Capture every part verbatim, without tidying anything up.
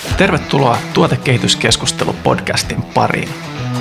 Tervetuloa Tuotekehityskeskustelu-podcastin pariin.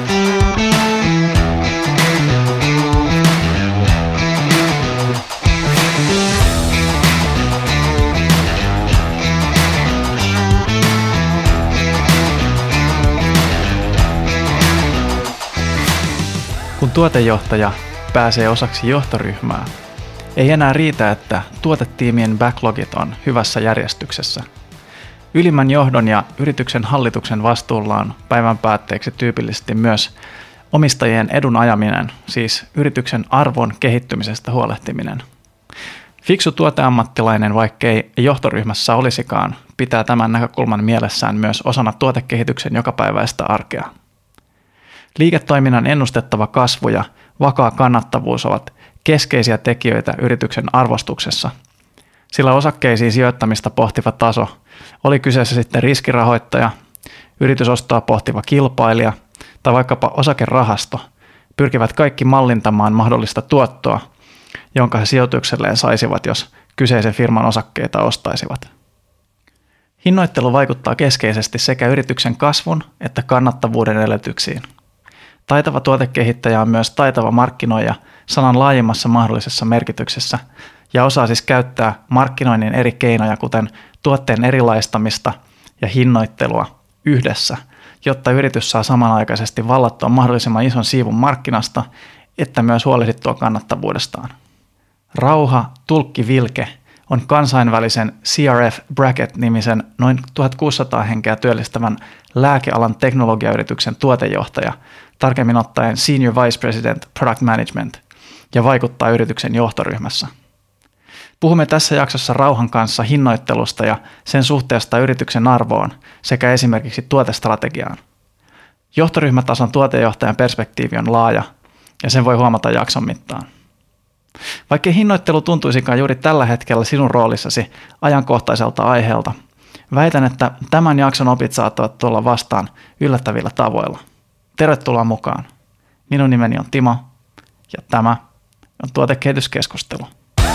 Kun tuotejohtaja pääsee osaksi johtoryhmää, ei enää riitä, että tuotetiimien backlogit on hyvässä järjestyksessä. Ylimmän johdon ja yrityksen hallituksen vastuulla on päivän päätteeksi tyypillisesti myös omistajien edun ajaminen, siis yrityksen arvon kehittymisestä huolehtiminen. Fiksu tuoteammattilainen, vaikkei johtoryhmässä olisikaan, pitää tämän näkökulman mielessään myös osana tuotekehityksen jokapäiväistä arkea. Liiketoiminnan ennustettava kasvu ja vakaa kannattavuus ovat keskeisiä tekijöitä yrityksen arvostuksessa, sillä osakkeisiin sijoittamista pohtiva taso, oli kyseessä sitten riskirahoittaja, yritysostoa pohtiva kilpailija tai vaikkapa osakerahasto, pyrkivät kaikki mallintamaan mahdollista tuottoa, jonka he sijoitukselleen saisivat, jos kyseisen firman osakkeita ostaisivat. Hinnoittelu vaikuttaa keskeisesti sekä yrityksen kasvun että kannattavuuden edellytyksiin. Taitava tuotekehittäjä on myös taitava markkinoija sanan laajemmassa mahdollisessa merkityksessä ja osaa siis käyttää markkinoinnin eri keinoja, kuten tuotteen erilaistamista ja hinnoittelua yhdessä, jotta yritys saa samanaikaisesti vallattua mahdollisimman ison siivun markkinasta, että myös huolehdittua kannattavuudestaan. Rauha Tulkki Vilke on kansainvälisen C R F Bracket-nimisen noin tuhatkuusisataa henkeä työllistävän lääkealan teknologiayrityksen tuotejohtaja, tarkemmin ottaen Senior Vice President Product Management, ja vaikuttaa yrityksen johtoryhmässä. Puhumme tässä jaksossa Rauhan kanssa hinnoittelusta ja sen suhteesta yrityksen arvoon sekä esimerkiksi tuotestrategiaan. Johtoryhmätason tuotejohtajan perspektiivi on laaja ja sen voi huomata jakson mittaan. Vaikkei hinnoittelu tuntuisikaan juuri tällä hetkellä sinun roolissasi ajankohtaiselta aiheelta, väitän, että tämän jakson opit saattavat tulla vastaan yllättävillä tavoilla. Tervetuloa mukaan. Minun nimeni on Timo ja tämä on Tuotekehityskeskustelu.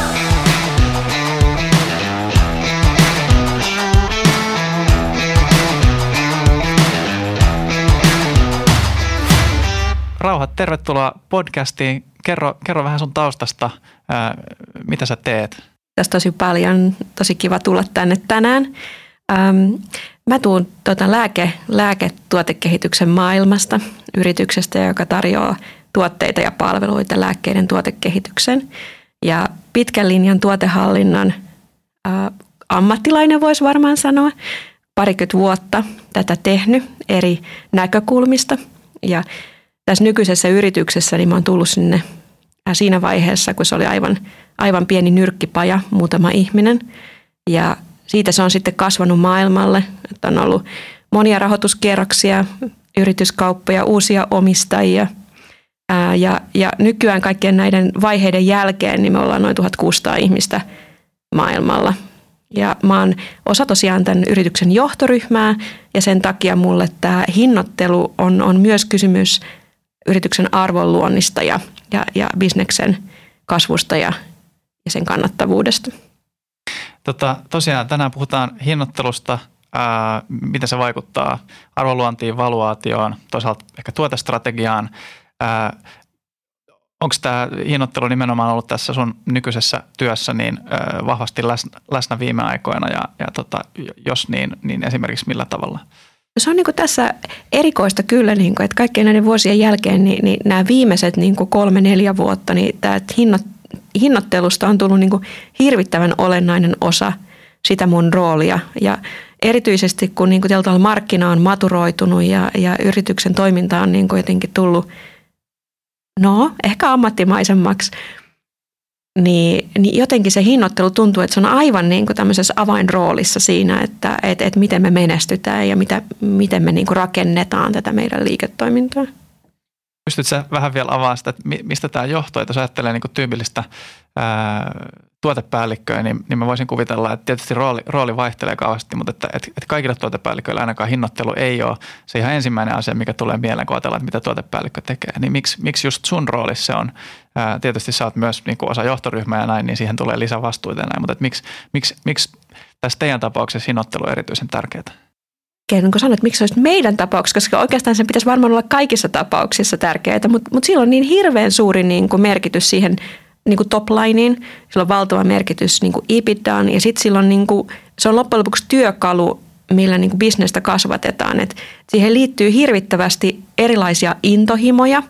Rauha, tervetuloa podcastiin. Kerro, kerro vähän sun taustasta, ää, mitä sä teet? Tässä tosi paljon, tosi kiva tulla tänne tänään. Ähm, mä tuun tota lääke, lääketuotekehityksen maailmasta, yrityksestä, joka tarjoaa tuotteita ja palveluita lääkkeiden tuotekehityksen. Ja pitkän linjan tuotehallinnan äh, ammattilainen voisi varmaan sanoa, parikymmentä vuotta tätä tehnyt eri näkökulmista. Ja tässä nykyisessä yrityksessä niin mä oon tullut sinne siinä vaiheessa, kun se oli aivan, aivan pieni nyrkkipaja, muutama ihminen. Ja siitä se on sitten kasvanut maailmalle, että on ollut monia rahoituskierroksia, yrityskauppoja, uusia omistajia. Ää, ja, ja nykyään kaikkien näiden vaiheiden jälkeen niin me ollaan noin tuhatkuusisataa ihmistä maailmalla. Ja mä oon osa tosiaan tämän yrityksen johtoryhmää ja sen takia mulle tämä hinnoittelu on, on myös kysymys yrityksen arvonluonnista ja, ja, ja bisneksen kasvusta ja, ja sen kannattavuudesta. Tota, tosiaan tänään puhutaan hinnoittelusta, ää, miten se vaikuttaa arvonluontiin, valuaatioon, toisaalta ehkä tuotestrategiaan. Ää, Onko tämä hinnoittelu nimenomaan ollut tässä sun nykyisessä työssä niin ää, vahvasti läsnä, läsnä viime aikoina ja, ja tota, jos niin, niin esimerkiksi millä tavalla? Se on niin kuin tässä erikoista kyllä, niin kuin, että kaikkien näiden vuosien jälkeen niin, niin nämä viimeiset niin kuin kolme, neljä vuotta, niin tämä hinnot, hinnoittelusta on tullut niin kuin hirvittävän olennainen osa sitä mun roolia. Ja erityisesti kun niin kuin tietyllä markkina on maturoitunut ja, ja yrityksen toiminta on niin kuin jotenkin tullut, no ehkä ammattimaisemmaksi, Niin, niin jotenkin se hinnoittelu tuntuu, että se on aivan niin kuin tämmöisessä avainroolissa siinä, että et, et miten me menestytään ja mitä, miten me niin kuin rakennetaan tätä meidän liiketoimintaa. Pystytkö sä vähän vielä avaamaan sitä, että mistä tämä johtuu? Että jos ajattelee niin kuin tyypillistä ää, tuotepäällikköä, niin, niin mä voisin kuvitella, että tietysti rooli, rooli vaihtelee kauheasti, mutta että, että, että kaikilla tuotepäälliköillä ainakaan hinnoittelu ei ole se ihan ensimmäinen asia, mikä tulee mieleen, kun ajatellaan, että mitä tuotepäällikkö tekee. Niin miksi, miksi just sun roolissa se on? Ää, tietysti sä oot myös niin kuin osa johtoryhmää ja näin, niin siihen tulee lisävastuita ja näin, mutta että miksi, miksi, miksi tässä teidän tapauksessa hinnoittelu on erityisen tärkeää? niin kuin sanoin, että miksi se olisi meidän tapauksessa, koska oikeastaan sen pitäisi varmaan olla kaikissa tapauksissa tärkeää, mutta, mutta sillä on niin hirveän suuri niin kuin merkitys siihen niin kuin toplineen, sillä on valtava merkitys niin kuin EBITDAan ja sitten sillä on, niin kuin, se on loppujen lopuksi työkalu, millä niin kuin bisnestä kasvatetaan. Et siihen liittyy hirvittävästi erilaisia intohimoja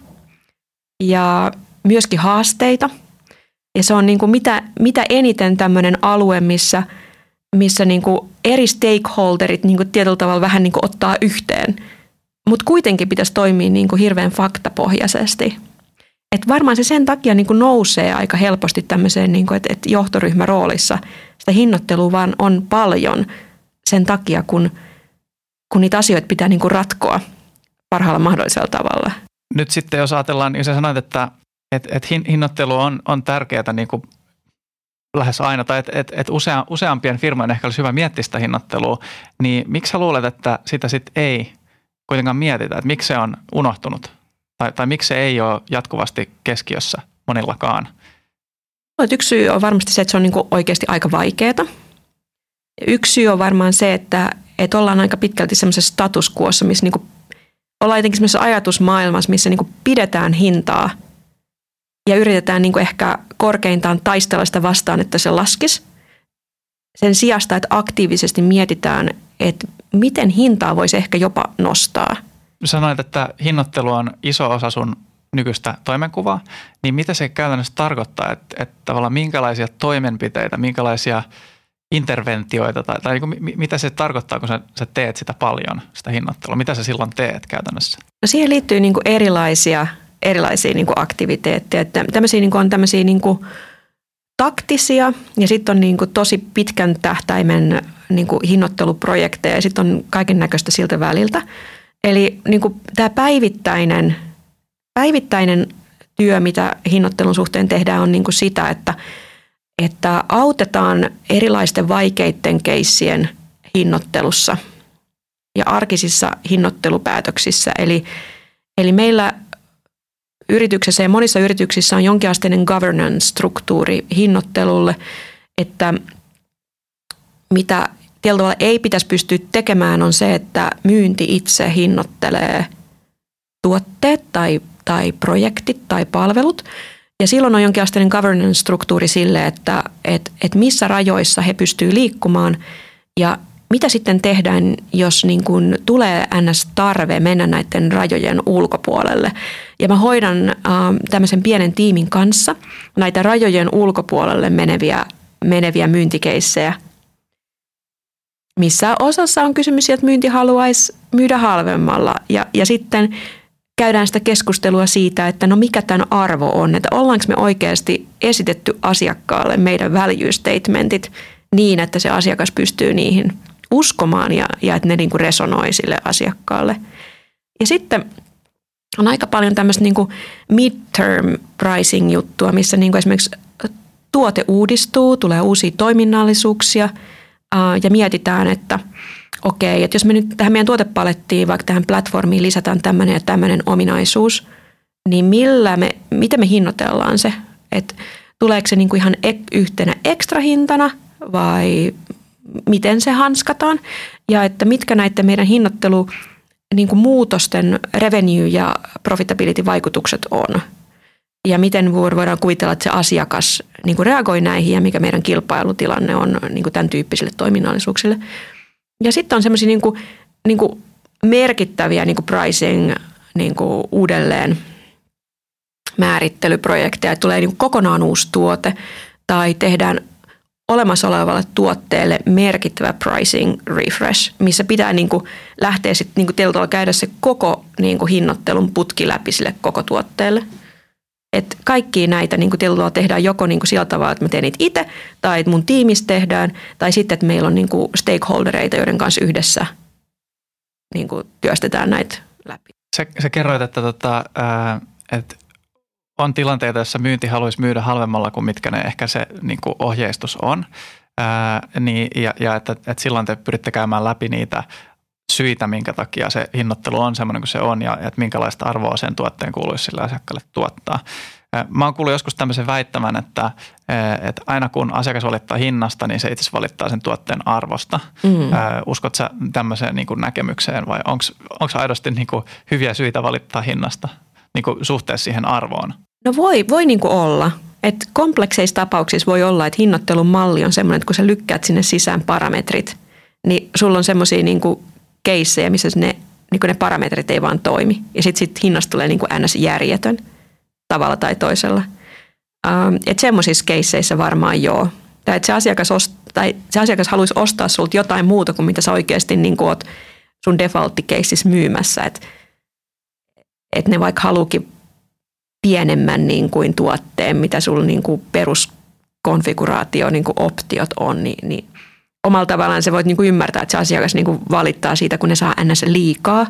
ja myöskin haasteita. Ja se on niin kuin mitä, mitä eniten tämmöinen alue, missä, missä niin kuin eri stakeholderit niin kuin tietyllä tavalla vähän niin kuin ottaa yhteen. Mutta kuitenkin pitäisi toimia niin kuin hirveän faktapohjaisesti. Et varmaan se sen takia niin kuin nousee aika helposti tämmöiseen, niin kuin, että, että johtoryhmäroolissa sitä hinnoittelua vaan on paljon sen takia, kun, kun niitä asioita pitää niin kuin ratkoa parhaalla mahdollisella tavalla. Nyt sitten jos ajatellaan, niin sä sanoit, että, että, että hinnoittelu on, on tärkeää niin kuin lähes aina, tai että, että, että usea, useampien firmojen ehkä olisi hyvä miettiä sitä hinnoittelua, niin miksi sä luulet, että sitä sitten ei kuitenkaan mietitä, että miksi se on unohtunut? Tai, tai miksi se ei ole jatkuvasti keskiössä monillakaan? Yksi syy on varmasti se, että se on niin kuin oikeasti aika vaikeaa. Yksi syy on varmaan se, että, että ollaan aika pitkälti semmoisessa status quossa, missä niin kuin, ollaan jotenkin semmoisessa ajatusmaailmassa, missä niin kuin pidetään hintaa ja yritetään niin kuin ehkä korkeintaan taistella sitä vastaan, että se laskisi. Sen sijasta, että aktiivisesti mietitään, että miten hintaa voisi ehkä jopa nostaa. Sanoit, että hinnoittelu on iso osa sun nykyistä toimenkuvaa, niin mitä se käytännössä tarkoittaa, että, että tavallaan minkälaisia toimenpiteitä, minkälaisia interventioita tai, tai niin kuin, mitä se tarkoittaa, kun sä, sä teet sitä paljon, sitä hinnoittelua? Mitä sä silloin teet käytännössä? No siihen liittyy niin kuin erilaisia, erilaisia niin kuin aktiviteetteja. Että tämmöisiä niin kuin on tämmöisiä niin kuin taktisia ja sitten on niin kuin tosi pitkän tähtäimen niin kuin hinnoitteluprojekteja ja sitten on kaiken näköistä siltä väliltä. Eli niin kuin tämä päivittäinen, päivittäinen työ, mitä hinnoittelun suhteen tehdään, on niin kuin sitä, että, että autetaan erilaisten vaikeiden keissien hinnoittelussa ja arkisissa hinnoittelupäätöksissä. Eli, eli meillä yrityksessä ja monissa yrityksissä on jonkinasteinen governance-struktuuri hinnoittelulle, että mitä tietyllä tavalla ei pitäisi pystyä tekemään on se, että myynti itse hinnoittelee tuotteet tai, tai projektit tai palvelut. Ja silloin on jonkinasteinen governance-struktuuri sille, että et, et missä rajoissa he pystyvät liikkumaan ja mitä sitten tehdään, jos niin kuin tulee ns-tarve mennä näiden rajojen ulkopuolelle. Ja mä hoidan äh, tämmöisen pienen tiimin kanssa näitä rajojen ulkopuolelle meneviä, meneviä myyntikeissejä, missä osassa on kysymys, että myynti haluaisi myydä halvemmalla ja, ja sitten käydään sitä keskustelua siitä, että no mikä tämän arvo on, että ollaanko me oikeasti esitetty asiakkaalle meidän value statementit niin, että se asiakas pystyy niihin uskomaan ja, ja että ne niin kuin resonoi sille asiakkaalle. Ja sitten on aika paljon tämmöistä niin kuin midterm pricing juttua, missä niin kuin esimerkiksi tuote uudistuu, tulee uusia toiminnallisuuksia ja mietitään, että okei, että jos me nyt tähän meidän tuotepalettiin, vaikka tähän platformiin lisätään tämmöinen ja tämmöinen ominaisuus, niin millä me, miten me hinnoitellaan se? Että tuleeko se niin kuin ihan ek, yhtenä ekstra hintana vai miten se hanskataan? Ja että mitkä näiden meidän hinnoittelu niin kuin muutosten revenue- ja profitability-vaikutukset on? Ja miten voidaan kuvitella, että se asiakas niin kuin reagoi näihin ja mikä meidän kilpailutilanne on niin kuin tämän tyyppisille toiminnallisuuksille. Ja sitten on semmoisia niin kuin, niin kuin merkittäviä niin kuin pricing niin kuin uudelleen määrittelyprojekteja. Tulee niin kuin kokonaan uusi tuote tai tehdään olemassa olevalle tuotteelle merkittävä pricing refresh, missä pitää niin kuin lähteä sitten niin kuin tietyllä tavalla käydä se koko niin kuin hinnoittelun putki läpi sille koko tuotteelle. Et kaikkia näitä niin kuin tehdään joko niin kuin sillä tavalla, että mä teen niitä itse, tai että mun tiimissä tehdään, tai sitten, että meillä on niin kuin stakeholdereita, joiden kanssa yhdessä niin kuin työstetään näitä läpi. Sä, sä kerroit, että, tota, ää, että on tilanteita, joissa myynti haluaisi myydä halvemmalla kuin mitkä ne ehkä se niin kuin ohjeistus on, ää, niin, ja, ja että, että silloin te pyritte käymään läpi niitä syitä, minkä takia se hinnoittelu on semmoinen kuin se on ja että minkälaista arvoa sen tuotteen kuuluisi sille asiakkaalle tuottaa. Mä oon kuullut joskus tämmöisen väittämän, että, että aina kun asiakas valittaa hinnasta, niin se itse asiassa valittaa sen tuotteen arvosta. Mm. Uskotko sä tämmöiseen niin kuin näkemykseen vai onko aidosti niin kuin hyviä syitä valittaa hinnasta niin kuin suhteessa siihen arvoon? No voi, voi niin kuin olla. Et komplekseissa tapauksissa voi olla, että hinnoittelun malli on semmoinen, että kun sä lykkäät sinne sisään parametrit, niin sulla on semmoisia niin kuin keissejä, missä ne, niin kuin ne parametrit ei vaan toimi. Ja sitten sit hinnasta tulee niin kuin ns. Järjetön tavalla tai toisella. Ähm, että semmoisissa keisseissä varmaan joo. Tai että se asiakas, ost, tai se asiakas haluaisi ostaa sulta jotain muuta kuin mitä sä oikeasti niin kuin oot sun defaultti-keississä myymässä. Että et ne vaikka haluukin pienemmän niin kuin tuotteen, mitä sulla niin kuin peruskonfiguraatio, niin kuin optiot on, niin, niin omalla tavallaan se voit niin kuin ymmärtää, että se asiakas niin kuin valittaa siitä, kun ne saa ns. Liikaa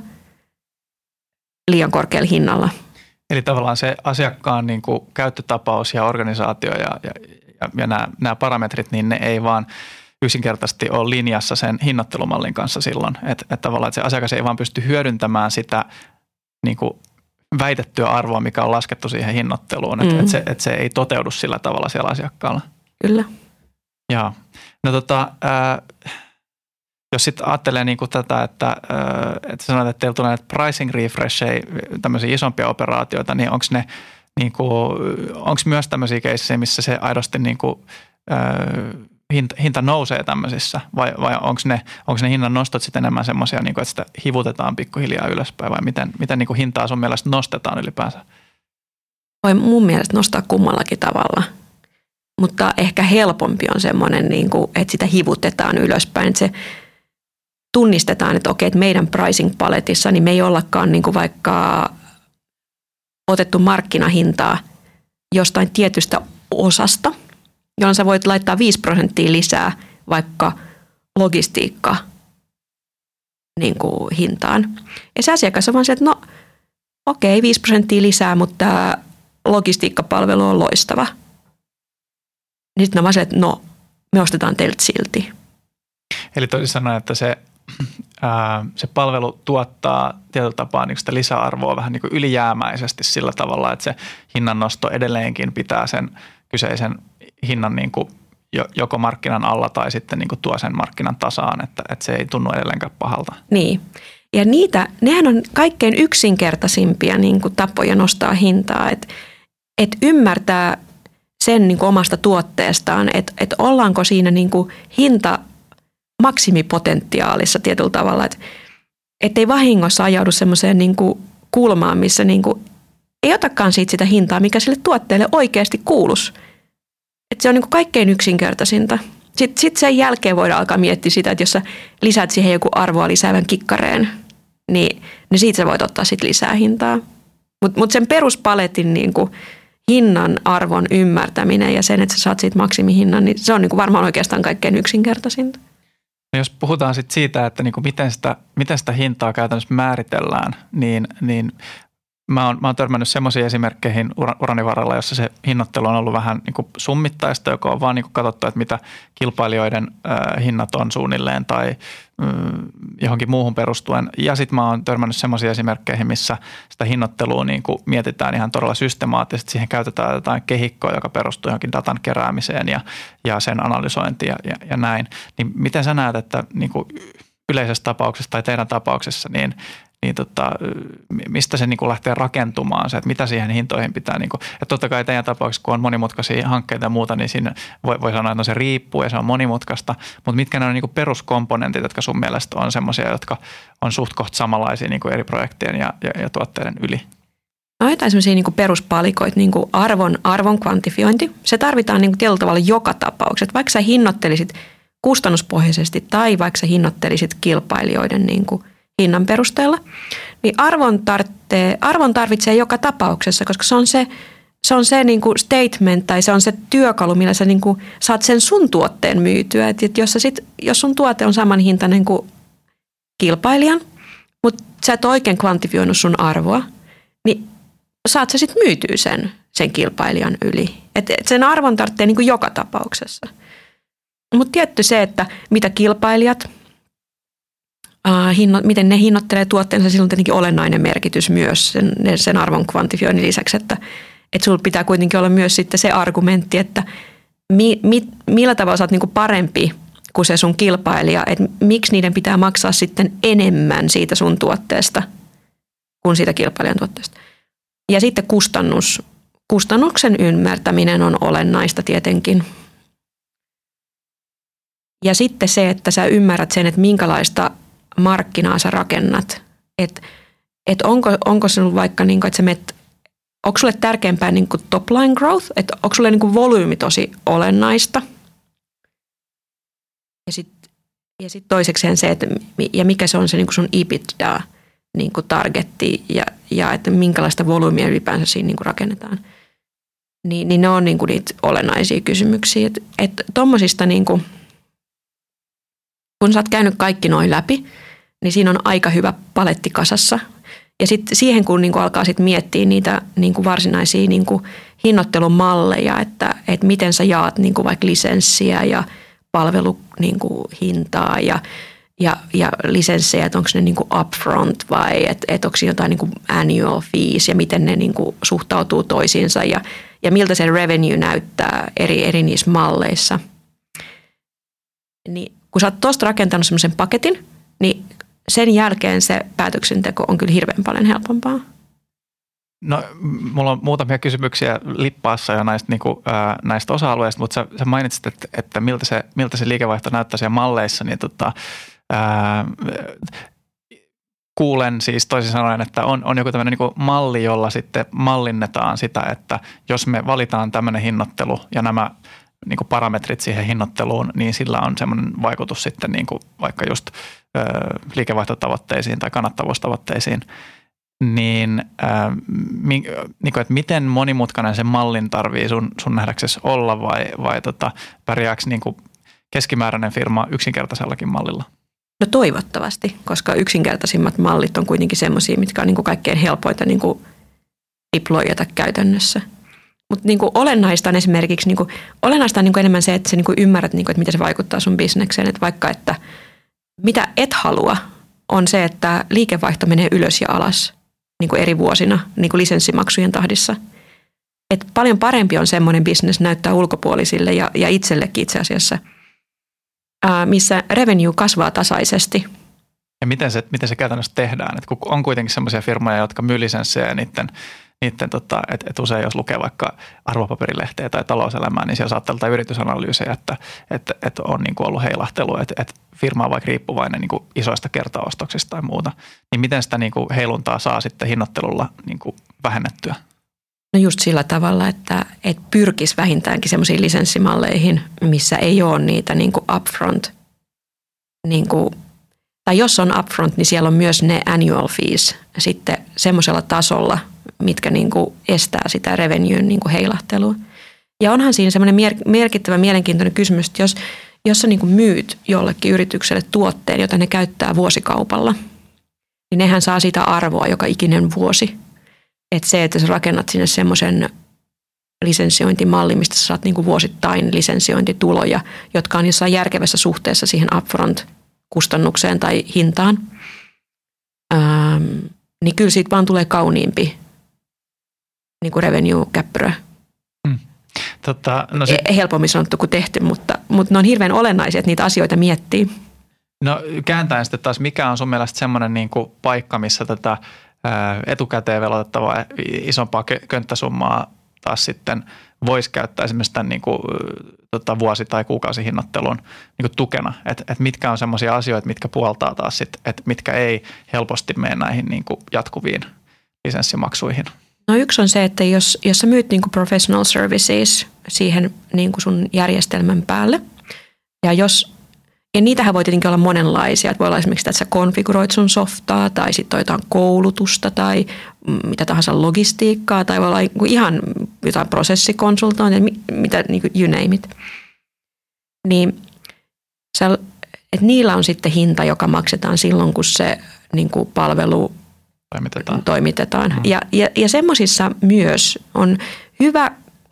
liian korkealla hinnalla. Eli tavallaan se asiakkaan niin kuin käyttötapaus ja organisaatio ja, ja, ja, ja nämä, nämä parametrit, niin ne ei vaan yksinkertaisesti ole linjassa sen hinnoittelumallin kanssa silloin. Että et tavallaan että se asiakas ei vaan pysty hyödyntämään sitä niin kuin väitettyä arvoa, mikä on laskettu siihen hinnoitteluun. Että mm. et se, et se ei toteudu sillä tavalla siellä asiakkaalla. Kyllä. Joo. No tota, ää, jos sitten ajattelee niinku tätä, että, ää, että sanoit, että teillä tulee näitä pricing refreshejä, tämmöisiä isompia operaatioita, niin onko ne niinku, onko myös tämmöisiä keissejä, missä se aidosti niinku, ää, hinta, hinta nousee tämmöisissä vai, vai onko ne, onko ne hinnan nostot sitten enemmän semmoisia, niinku, että sitä hivutetaan pikkuhiljaa ylöspäin vai miten, miten niinku hintaa sun mielestä nostetaan ylipäänsä? Voi mun mielestä nostaa kummallakin tavalla. Mutta ehkä helpompi on semmoinen, että sitä hivutetaan ylöspäin. Että se tunnistetaan, että okei, että meidän pricing-paletissa niin me ei ollakaan niin kuin vaikka otettu markkinahintaa jostain tietystä osasta, jolloin sä voit laittaa viisi prosenttia lisää vaikka logistiikka niin kuin hintaan. Ja se asiakas on vaan se, että no okei, viisi prosenttia lisää, mutta tämä logistiikkapalvelu on loistava. Niin sitten on vaan se, että no, me ostetaan teiltä silti. Eli toisin sanoen, että se, ää, se palvelu tuottaa tietyllä tapaa niin sitä lisäarvoa vähän niin kuin ylijäämäisesti sillä tavalla, että se hinnannosto edelleenkin pitää sen kyseisen hinnan niin kuin joko markkinan alla tai sitten niin kuin tuo sen markkinan tasaan, että, että se ei tunnu edelleenkään pahalta. Niin. Ja niitä, nehän on kaikkein yksinkertaisimpia niin kuin tapoja nostaa hintaa, että, että ymmärtää sen niin kuin omasta tuotteestaan, että, että ollaanko siinä niin kuin hinta maksimipotentiaalissa tietyllä tavalla, että ei vahingossa ajaudu semmoiseen niin kuin kulmaan, missä niin kuin ei otakaan siitä sitä hintaa, mikä sille tuotteelle oikeasti kuuluisi. Että se on niin kuin kaikkein yksinkertaisinta. Sitten sit sen jälkeen voidaan alkaa miettiä sitä, että jos sä lisät siihen joku arvoa lisäävän kikkareen, niin, niin siitä sä voit ottaa sit lisää hintaa. Mutta mut sen peruspaletin niin kuin hinnan arvon ymmärtäminen ja sen, että sä saat siitä maksimihinnan, niin se on niin kuin varmaan oikeastaan kaikkein yksinkertaisinta. No jos puhutaan sit siitä, että niin kuin miten, sitä, miten sitä hintaa käytännössä määritellään, niin, niin mä oon, mä oon törmännyt semmoisiin esimerkkeihin urani varrella, jossa se hinnoittelu on ollut vähän niin kuin summittaista, joka on vaan niin kuin katsottu, että mitä kilpailijoiden äh, hinnat on suunnilleen tai äh, johonkin muuhun perustuen. Ja sitten mä oon törmännyt semmoisiin esimerkkeihin, missä sitä hinnoittelua niin kuin mietitään ihan todella systemaattisesti. Siihen käytetään jotain kehikkoa, joka perustuu johonkin datan keräämiseen ja, ja sen analysointiin ja, ja, ja näin. Niin miten sä näet, että niin kuin yleisessä tapauksessa tai teidän tapauksessa, niin niin tota, mistä se niin kuin lähtee rakentumaan se, että mitä siihen hintoihin pitää. Niin kuin, että totta kai teidän tapauksessa, kun on monimutkaisia hankkeita ja muuta, niin siinä voi, voi sanoa, että no se riippuu ja se on monimutkaista. Mutta mitkä ne on niin kuin peruskomponentit, jotka sun mielestä on semmoisia, jotka on suht koht samanlaisia niin kuin eri projektien ja, ja, ja tuotteiden yli? No jotain semmoisia niin kuin peruspalikoita, niin kuin arvon, arvon kvantifiointi. Se tarvitaan niin kuin tietyllä tavalla joka tapauksessa. Vaikka sä hinnoittelisit kustannuspohjaisesti tai vaikka sä hinnoittelisit kilpailijoiden niin kuin hinnan perusteella, niin arvon, tarvitsee, arvon tarvitsee joka tapauksessa, koska se on se, se, on se niin kuin statement tai se on se työkalu, millä sä niin kuin saat sen sun tuotteen myytyä. Et, et jos, sit, jos sun tuote on saman hintainen kuin kilpailijan, mutta sä et oikein kvantifioinut sun arvoa, niin saat sä sitten myytyä sen, sen kilpailijan yli. Et, et sen arvon tarvitsee niin kuin joka tapauksessa. Mutta tietty se, että mitä kilpailijat Uh, hinno, miten ne hinnoittelee tuotteensa, sillä on tietenkin olennainen merkitys myös sen, sen arvon kvantifioinnin lisäksi, että, että sulla pitää kuitenkin olla myös sitten se argumentti, että mi, mi, millä tavalla sä oot niin kuin parempi kuin se sun kilpailija, että miksi niiden pitää maksaa sitten enemmän siitä sun tuotteesta kuin siitä kilpailijan tuotteesta. Ja sitten kustannus. Kustannuksen ymmärtäminen on olennaista tietenkin. Ja sitten se, että sä ymmärrät sen, että minkälaista markkinaa sä rakennat. Että et onko, onko sinulla vaikka, niin kuin, että sä menet, onko sulle tärkeämpää niin kuin top line growth, että onko sulle niin kuin volyymi tosi olennaista. Ja sitten ja sit toisekseen se, että ja mikä se on se niin kuin sun EBITDA niin kuin targetti ja, ja että minkälaista volyymia ylipäänsä siinä niin kuin rakennetaan. Niin, niin ne on niin kuin niitä olennaisia kysymyksiä. Että et tommosista niin kuin, kun sä oot käynyt kaikki noin läpi, niin siinä on aika hyvä paletti kasassa. Ja sitten siihen, kun niin kuin alkaa sit miettiä niitä niin kuin varsinaisia niin kuin hinnoittelumalleja, että, että miten sä jaat niin kuin vaikka lisenssiä ja palveluhintaa ja, ja, ja lisenssejä, että onko ne niin kuin upfront vai että, että onko siinä jotain niin kuin annual fees ja miten ne niin kuin suhtautuu toisiinsa ja, ja miltä se revenue näyttää eri, eri niissä malleissa. Niin kun sä oot tuosta rakentanut semmoisen paketin, niin sen jälkeen se päätöksenteko on kyllä hirveän paljon helpompaa. No, mulla on muutamia kysymyksiä lippaassa jo näistä, niin kuin, ää, näistä osa-alueista, mutta sä, sä mainitsit, että, että miltä, se, miltä se liikevaihto näyttää siellä malleissa, niin tota, ää, kuulen siis toisin sanoen, että on, on joku tämmöinen niin kuin malli, jolla sitten mallinnetaan sitä, että jos me valitaan tämmöinen hinnoittelu ja nämä niin kuin parametrit siihen hinnoitteluun, niin sillä on semmoinen vaikutus sitten niin kuin vaikka just ö, liikevaihtotavoitteisiin tai kannattavuustavoitteisiin, niin, ö, mi, niin kuin, että miten monimutkainen se mallin tarvii sun, sun nähdäksesi olla vai, vai tota, pärjääkö niin kuin keskimääräinen firma yksinkertaisellakin mallilla? No toivottavasti, koska yksinkertaisimmat mallit on kuitenkin semmoisia, mitkä on niin kuin kaikkein helpoita niin kuin deployata käytännössä. Mutta niinku olennaista on esimerkiksi, niinku, olennaista on niinku enemmän se, että sä niinku ymmärrät, niinku, että miten se vaikuttaa sun bisnekseen. Et vaikka, että mitä et halua, on se, että liikevaihto menee ylös ja alas niinku eri vuosina niinku lisenssimaksujen tahdissa. Et paljon parempi on semmoinen bisnes näyttää ulkopuolisille ja, ja itsellekin itse asiassa, ää, missä revenue kasvaa tasaisesti. Ja miten se, miten se käytännössä tehdään? Et kun on kuitenkin semmoisia firmoja, jotka myy lisenssejä ja niiden Niiden, tota, että et usein jos lukee vaikka arvopaperilehteä tai talouselämää, niin siellä saattaa olla yritysanalyysejä, että et, et on niin kuin ollut heilahtelua, että et firma on vaikka riippuvainen niin kuin isoista kertaostoksista tai muuta. Niin miten sitä niin kuin heiluntaa saa sitten hinnoittelulla niin kuin vähennettyä? No just sillä tavalla, että et pyrkisi vähintäänkin semmoisiin lisenssimalleihin, missä ei ole niitä niin kuin upfront, niin kuin, tai jos on upfront, niin siellä on myös ne annual fees sitten semmoisella tasolla, mitkä niin kuin estää sitä revenuen niin kuin heilahtelua. Ja onhan siinä semmoinen merkittävä mielenkiintoinen kysymys, että jos, jos sä niin kuin myyt jollekin yritykselle tuotteen, jota ne käyttää vuosikaupalla, niin nehän saa sitä arvoa joka ikinen vuosi. Että se, että sä rakennat sinne semmoisen lisensiointimallin, mistä sä saat niin kuin vuosittain lisensiointituloja, jotka on jossain järkevässä suhteessa siihen upfront-kustannukseen tai hintaan, ähm, niin kyllä siitä vaan tulee kauniimpi niin kuin revenue-käppyrä. Hmm. Tota, no sit... Helpommin sanottu kuin tehty, mutta, mutta ne on hirveän olennaisia, että niitä asioita miettii. No kääntäen sitten taas, mikä on sun mielestä semmoinen niin kuin paikka, missä tätä ää, etukäteen velotettavaa isompaa könttäsummaa taas sitten voisi käyttää esimerkiksi tämän niin kuin, tota, vuosi- tai kuukausihinnoittelun niin kuin tukena. Että et mitkä on semmoisia asioita, mitkä puoltaa taas sitten, että mitkä ei helposti mene näihin niin kuin jatkuviin lisenssimaksuihin. No yksi on se, että jos, jos sä myyt niin kuin professional services siihen niin kuin sun järjestelmän päälle, ja jos, ja niitähän voi tietenkin olla monenlaisia, että voi olla esimerkiksi, että sä konfiguroit sun softaa, tai sitten jotain koulutusta, tai mitä tahansa logistiikkaa, tai voi olla ihan jotain prosessikonsultointia, mitä, niin kuin you name it. Niin sä, että niillä on sitten hinta, joka maksetaan silloin, kun se niin kuin palvelu Toimitetaan. toimitetaan. Mm. Ja, ja, ja semmoisissa myös on hyvä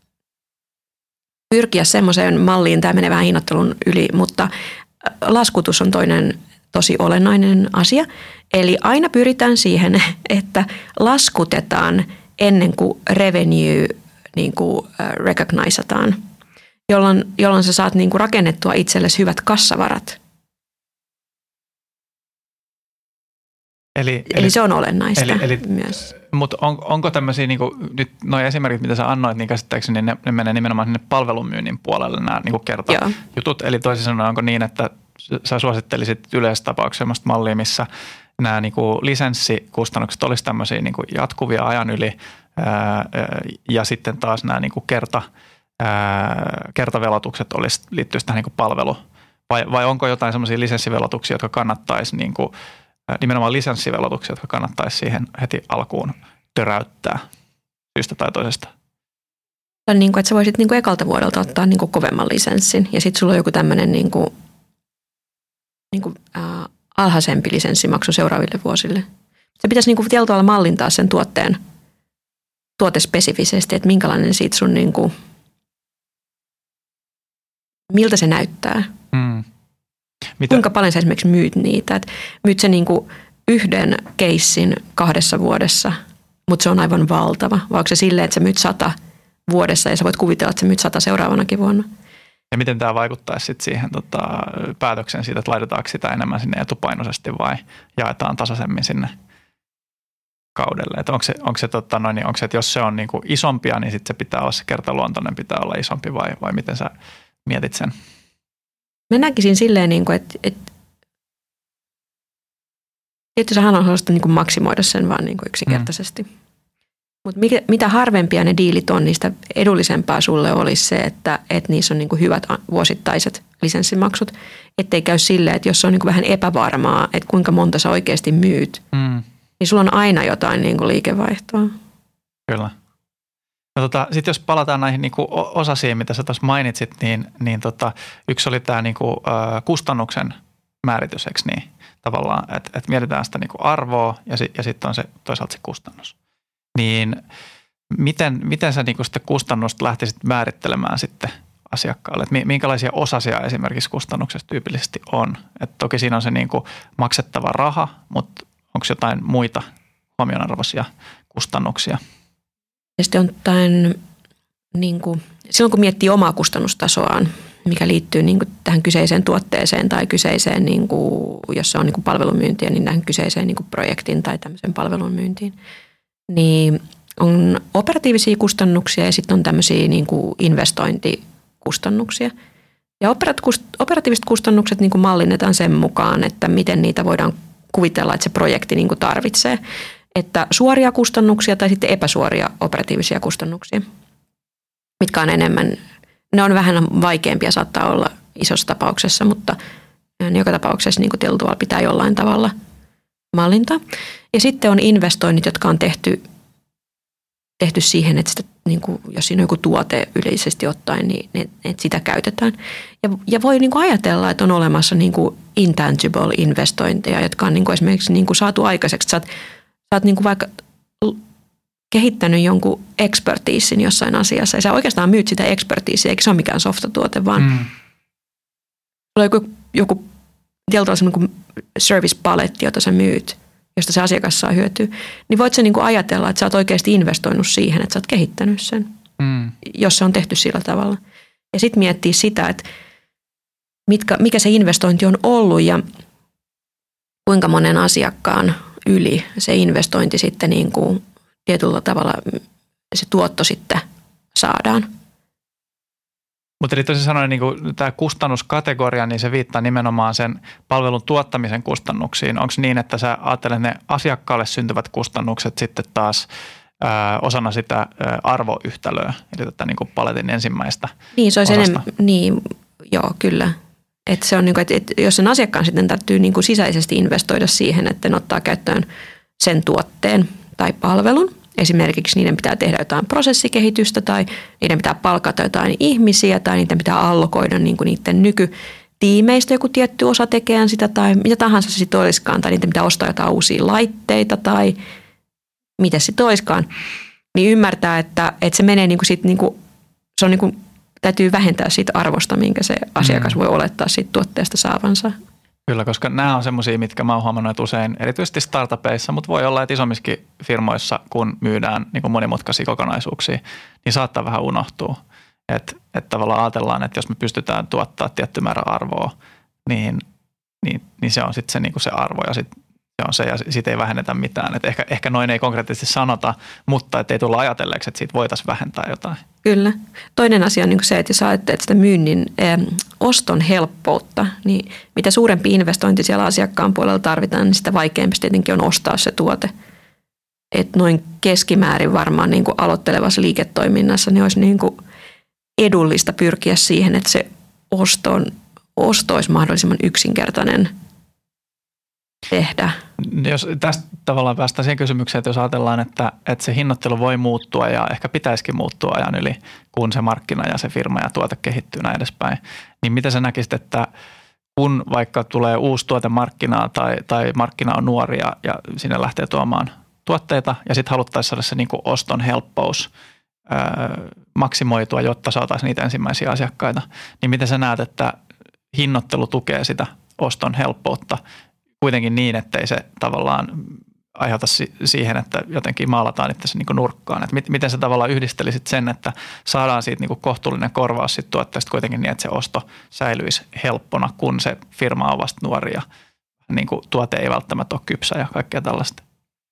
pyrkiä semmoiseen malliin, tämä menee vähän hinnoittelun yli, mutta laskutus on toinen tosi olennainen asia. Eli aina pyritään siihen, että laskutetaan ennen kuin revenue niin kuin recognisataan, jolloin, jolloin sä saat niin kuin rakennettua itsellesi hyvät kassavarat. Eli, eli, eli se on olennaista eli, eli, myös. Mutta on, onko tämmöisiä, niin kuin, nyt nuo esimerkit, mitä sä annoit, niin käsittääkseni ne, ne menee nimenomaan sinne palvelumyynnin puolelle nämä niin kertajutut. Eli toisin sanoen onko niin, että sä suosittelisit yleistapauksessa sellaista mallia, missä nämä niin kuin lisenssikustannukset olisi tämmöisiä niin kuin jatkuvia ajan yli ää, ja sitten taas nämä niin kuin kerta, ää, kertavelotukset olisi, liittyisi tähän niin kuin palvelu. Vai, vai onko jotain semmoisia lisenssivelotuksia, jotka kannattaisi niin kuin nimenomaan lisenssivelotuksia, jotka kannattaisi siihen heti alkuun töräyttää syystä tai toisesta? On niin kuin, että sä voisit niin kuin ekalta vuodelta ottaa niin kuin kovemman lisenssin ja sitten sulla on joku tämmöinen niin kuin, niin kuin, äh, alhaisempi lisenssimaksu seuraaville vuosille. Se pitäisi niin kuin tietyllä tavalla mallintaa sen tuotteen tuotespesifisesti, että minkälainen siitä sun, niin kuin, miltä se näyttää. Mm. Mitä? Kuinka paljon sä esimerkiksi myyt niitä? Et myyt sä niinku yhden keissin kahdessa vuodessa, mutta se on aivan valtava. Vai onko se silleen, että sä myyt sata vuodessa ja sä voit kuvitella, että sä myyt sata seuraavanakin vuonna? Ja miten tämä vaikuttaisi sit siihen tota, päätökseen siitä, että laitetaanko sitä enemmän sinne etupainoisesti vai jaetaan tasaisemmin sinne kaudelle? Et onko se, onko se, tota, no niin, onko se, että jos se on niinku isompia, niin sitten se pitää olla se kertaluontoinen pitää olla isompi vai, vai miten sä mietit sen? Mä näkisin silleen, että, että tietysti hän on halusta niin maksimoida sen vaan niin yksinkertaisesti. Mm. Mutta mitä harvempia ne diilit on, niistä edullisempaa sulle olisi se, että, että niissä on niin hyvät vuosittaiset lisenssimaksut. Ettei käy silleen, että jos on niin vähän epävarmaa, että kuinka monta sä oikeasti myyt, mm. niin sulla on aina jotain niin liikevaihtoa. Kyllä. No tota, sitten jos palataan näihin niinku osasiin, mitä sä tuossa mainitsit, niin, niin tota, yksi oli tämä niinku, ö, kustannuksen määritys, eikö niin? Tavallaan, että et mietitään sitä niinku arvoa ja, si, ja sitten on se toisaalta se kustannus. Niin miten, miten sä niinku sitä kustannusta lähtisit määrittelemään sitten asiakkaalle? Et minkälaisia osasia esimerkiksi kustannuksessa tyypillisesti on? Et toki siinä on se niinku maksettava raha, mutta onko jotain muita huomionarvoisia kustannuksia? Ja sitten on jotain, niin kuin, silloin kun miettii omaa kustannustasoaan, mikä liittyy niin kuin tähän kyseiseen tuotteeseen tai kyseiseen, niin kuin, jos se on niin kuin palvelumyyntiä, niin tähän kyseiseen niin kuin projektin tai tämmöisen palvelun myyntiin, niin on operatiivisia kustannuksia ja sitten on tämmöisiä niin kuin investointikustannuksia. Ja operatiiviset kustannukset niin kuin mallinnetaan sen mukaan, että miten niitä voidaan kuvitella, että se projekti niin kuin tarvitsee. Että suoria kustannuksia tai sitten epäsuoria operatiivisia kustannuksia, mitkä on enemmän, ne on vähän vaikeampia saattaa olla isossa tapauksessa, mutta joka tapauksessa niin kuin tietyllä tavalla pitää jollain tavalla mallintaa. Ja sitten on investoinnit, jotka on tehty, tehty siihen, että sitä, niin kuin, jos siinä on joku tuote yleisesti ottaen, niin että sitä käytetään. Ja, ja voi niin kuin ajatella, että on olemassa niin kuin intangible investointeja, jotka on niin kuin esimerkiksi niin kuin saatu aikaiseksi. Sä oot, sä oot niin kuin vaikka kehittänyt jonkun expertiisin jossain asiassa ja sä oikeastaan myyt sitä expertiisiä, eikä se ole mikään softatuote, vaan mm. on joku, joku tietyllä sellainen service-paletti, jota sä myyt, josta se asiakas saa hyötyä, niin voit sä niin kuin ajatella, että sä oot oikeasti investoinut siihen, että sä oot kehittänyt sen, mm. jos se on tehty sillä tavalla. Ja sitten miettiä sitä, että mitkä, mikä se investointi on ollut ja kuinka monen asiakkaan yli se investointi sitten niin kuin tietyllä tavalla se tuotto sitten saadaan. Mutta eli toisin sanoen niin tämä kustannuskategoria, niin se viittaa nimenomaan sen palvelun tuottamisen kustannuksiin. Onko niin, että sä ajattelet ne asiakkaalle syntyvät kustannukset sitten taas ää, osana sitä ää, arvoyhtälöä, eli tätä niin kuin paletin ensimmäistä Niin, se olisi osasta? enemmän, niin, joo, kyllä. Että se on niin kuin, että, että jos sen asiakkaan sitten täytyy niin kuin sisäisesti investoida siihen, että ne ottaa käyttöön sen tuotteen tai palvelun. Esimerkiksi niiden pitää tehdä jotain prosessikehitystä tai niiden pitää palkata jotain ihmisiä tai niiden pitää allokoida niin kuin niiden nykytiimeistä joku tietty osa tekemään sitä tai mitä tahansa se sitten olisikaan. Tai niiden pitää ostaa jotain uusia laitteita tai mitä se sitten olisikaan. Niin ymmärtää, että, että se menee niin kuin sit niin kuin, se on niin kuin, täytyy vähentää siitä arvosta, minkä se asiakas voi olettaa siitä tuotteesta saavansa. Kyllä, koska nämä on semmoisia, mitkä mä oon huomannut, että usein erityisesti startupeissa, mutta voi olla, että isommissakin firmoissa, kun myydään niin kuin monimutkaisia kokonaisuuksia, niin saattaa vähän unohtua. Että et tavallaan ajatellaan, että jos me pystytään tuottaa tietty määrä arvoa, niin, niin, niin se on sitten se, niin kuin se arvo ja sitten se on se ja siitä ei vähennetä mitään. Et ehkä, ehkä noin ei konkreettisesti sanota, mutta et ei tulla ajatelleeksi, että siitä voitaisiin vähentää jotain. Kyllä. Toinen asia on niin se, että jos ajattelet sitä myynnin äh, oston helppoutta, niin mitä suurempi investointi siellä asiakkaan puolella tarvitaan, niin sitä vaikeampi tietenkin on ostaa se tuote. Et noin keskimäärin varmaan niin kuin aloittelevassa liiketoiminnassa niin olisi niin kuin edullista pyrkiä siihen, että se osto, on, osto olisi mahdollisimman yksinkertainen tehdä. Jos tästä tavallaan päästään siihen kysymykseen, että jos ajatellaan, että, että se hinnoittelu voi muuttua ja ehkä pitäisikin muuttua ajan yli, kun se markkina ja se firma ja tuote kehittyy näin edespäin, niin miten sä näkisit, että kun vaikka tulee uusi tuote markkinaa tai, tai markkina on nuori ja, ja sinne lähtee tuomaan tuotteita ja sitten haluttaisiin saada se niin kuin oston helppous öö, maksimoitua, jotta saataisiin niitä ensimmäisiä asiakkaita, niin miten sä näet, että hinnoittelu tukee sitä oston helppoutta kuitenkin niin, ettei se tavallaan aiheuta siihen, että jotenkin maalataan itse niin kuin nurkkaan. Että miten sä tavallaan yhdistelisit sen, että saadaan siitä niin kuin kohtuullinen korvaus siitä tuotteesta kuitenkin niin, että se osto säilyisi helppona, kun se firma on vasta nuori ja niin kuin tuote ei välttämättä ole kypsä ja kaikkea tällaista.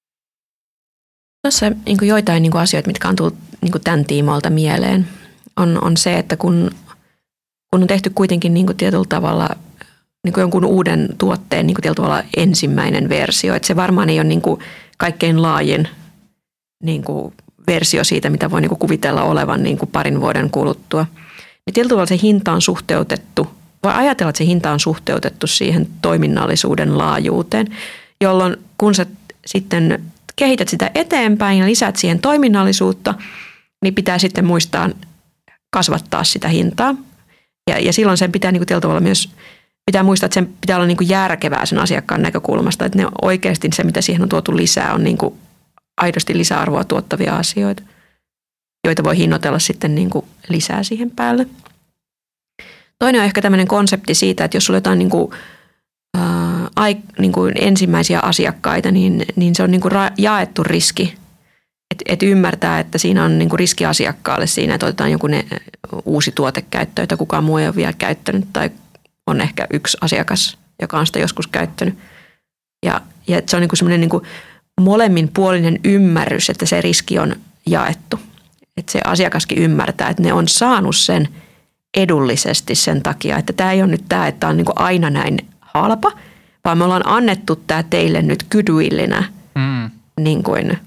Tuossa niin kuin joitain niin kuin asioita, mitkä on tullut niin kuin tämän tiimoilta mieleen, on, on se, että kun, kun on tehty kuitenkin niin kuin tietyllä tavalla niin kuin jonkun uuden tuotteen niin kuin tietyllä tavalla ensimmäinen versio, että se varmaan ei ole niin kuin kaikkein laajin niin kuin versio siitä, mitä voi niin kuin kuvitella olevan niin kuin parin vuoden kuluttua. Niin tietyllä tavalla se hinta on suhteutettu, vai ajatella, että se hinta on suhteutettu siihen toiminnallisuuden laajuuteen, jolloin kun sä sitten kehität sitä eteenpäin ja lisäät siihen toiminnallisuutta, niin pitää sitten muistaa kasvattaa sitä hintaa. Ja, ja silloin sen pitää niin kuin tietyllä tavalla myös pitää muistaa, että sen pitää olla niin kuin järkevää sen asiakkaan näkökulmasta, että ne oikeasti se, mitä siihen on tuotu lisää, on niin kuin aidosti lisäarvoa tuottavia asioita, joita voi hinnoitella sitten niin kuin lisää siihen päälle. Toinen on ehkä tämmöinen konsepti siitä, että jos sulla on jotain niin kuin, ää, ai, niin kuin ensimmäisiä asiakkaita, niin, niin se on niin kuin ra- jaettu riski. Että et ymmärtää, että siinä on niin kuin riski asiakkaalle siinä, että otetaan joku ne, uusi tuote käyttöön, jota kukaan muu ei ole vielä käyttänyt tai on ehkä yksi asiakas, joka on sitä joskus käyttänyt. Ja, ja että se on niin kuin semmoinen niin kuin molemminpuolinen ymmärrys, että se riski on jaettu. Että se asiakaskin ymmärtää, että ne on saanut sen edullisesti sen takia, että tämä ei ole nyt tämä, että tämä on niin kuin aina näin halpa, vaan me ollaan annettu tämä teille nyt goodwillinä mm. niin kuin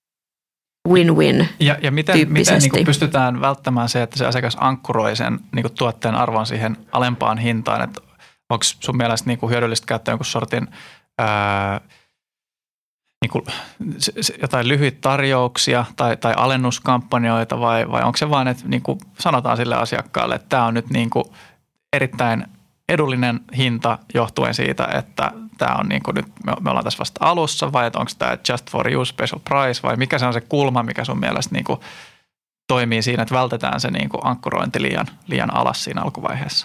win-win Ja, ja miten, miten niin kuin pystytään välttämään se, että se asiakas ankkuroi sen niin kuin tuotteen arvon siihen alempaan hintaan? Että onko sun mielestä niin kuin hyödyllistä käyttää jonkun sortin ää, niin kuin jotain lyhyitä tarjouksia tai, tai alennuskampanjoita vai, vai onko se vaan, että niin kuin sanotaan sille asiakkaalle, että tämä on nyt niin kuin erittäin edullinen hinta johtuen siitä, että tämä on niin kuin nyt, me ollaan tässä vasta alussa vai onko tämä just for you special price vai mikä se on se kulma, mikä sun mielestä niin kuin toimii siinä, että vältetään se niin kuin ankkurointi liian, liian alas siinä alkuvaiheessa?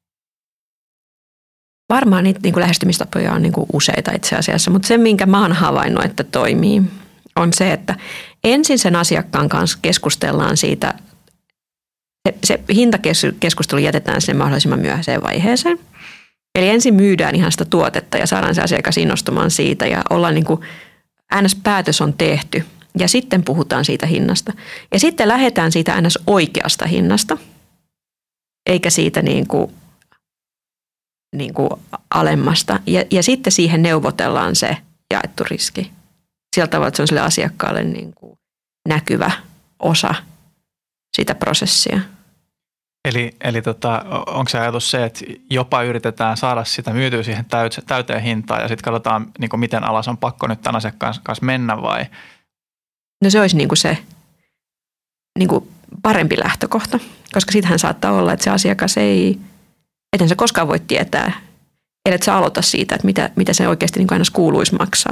Varmaan niitä niin kuin lähestymistapoja on niin kuin useita itse asiassa, mutta se, minkä mä oon havainnut, että toimii, on se, että ensin sen asiakkaan kanssa keskustellaan siitä, se, se hintakeskustelu jätetään sinne mahdollisimman myöhäiseen vaiheeseen. Eli ensin myydään ihan sitä tuotetta ja saadaan se asiakas innostumaan siitä ja ollaan niin kuin N S-päätös on tehty ja sitten puhutaan siitä hinnasta. Ja sitten lähdetään siitä N S-oikeasta hinnasta, eikä siitä niin kuin niin kuin alemmasta. Ja, ja sitten siihen neuvotellaan se jaettu riski. Sillä tavalla, että se on sille asiakkaalle niin kuin näkyvä osa sitä prosessia. Eli, eli tota, onko se ajatus se, että jopa yritetään saada sitä myytyä siihen täyteen hintaan ja sitten katsotaan, niin kuin miten alas on pakko nyt tämän asiakkaan kanssa mennä vai? No se olisi niin kuin se niin kuin parempi lähtökohta, koska sittenhän saattaa olla, että se asiakas ei, eten se koskaan voi tietää, ellei sä aloita siitä, että mitä, mitä se oikeasti niin kuin aina kuuluisi maksaa.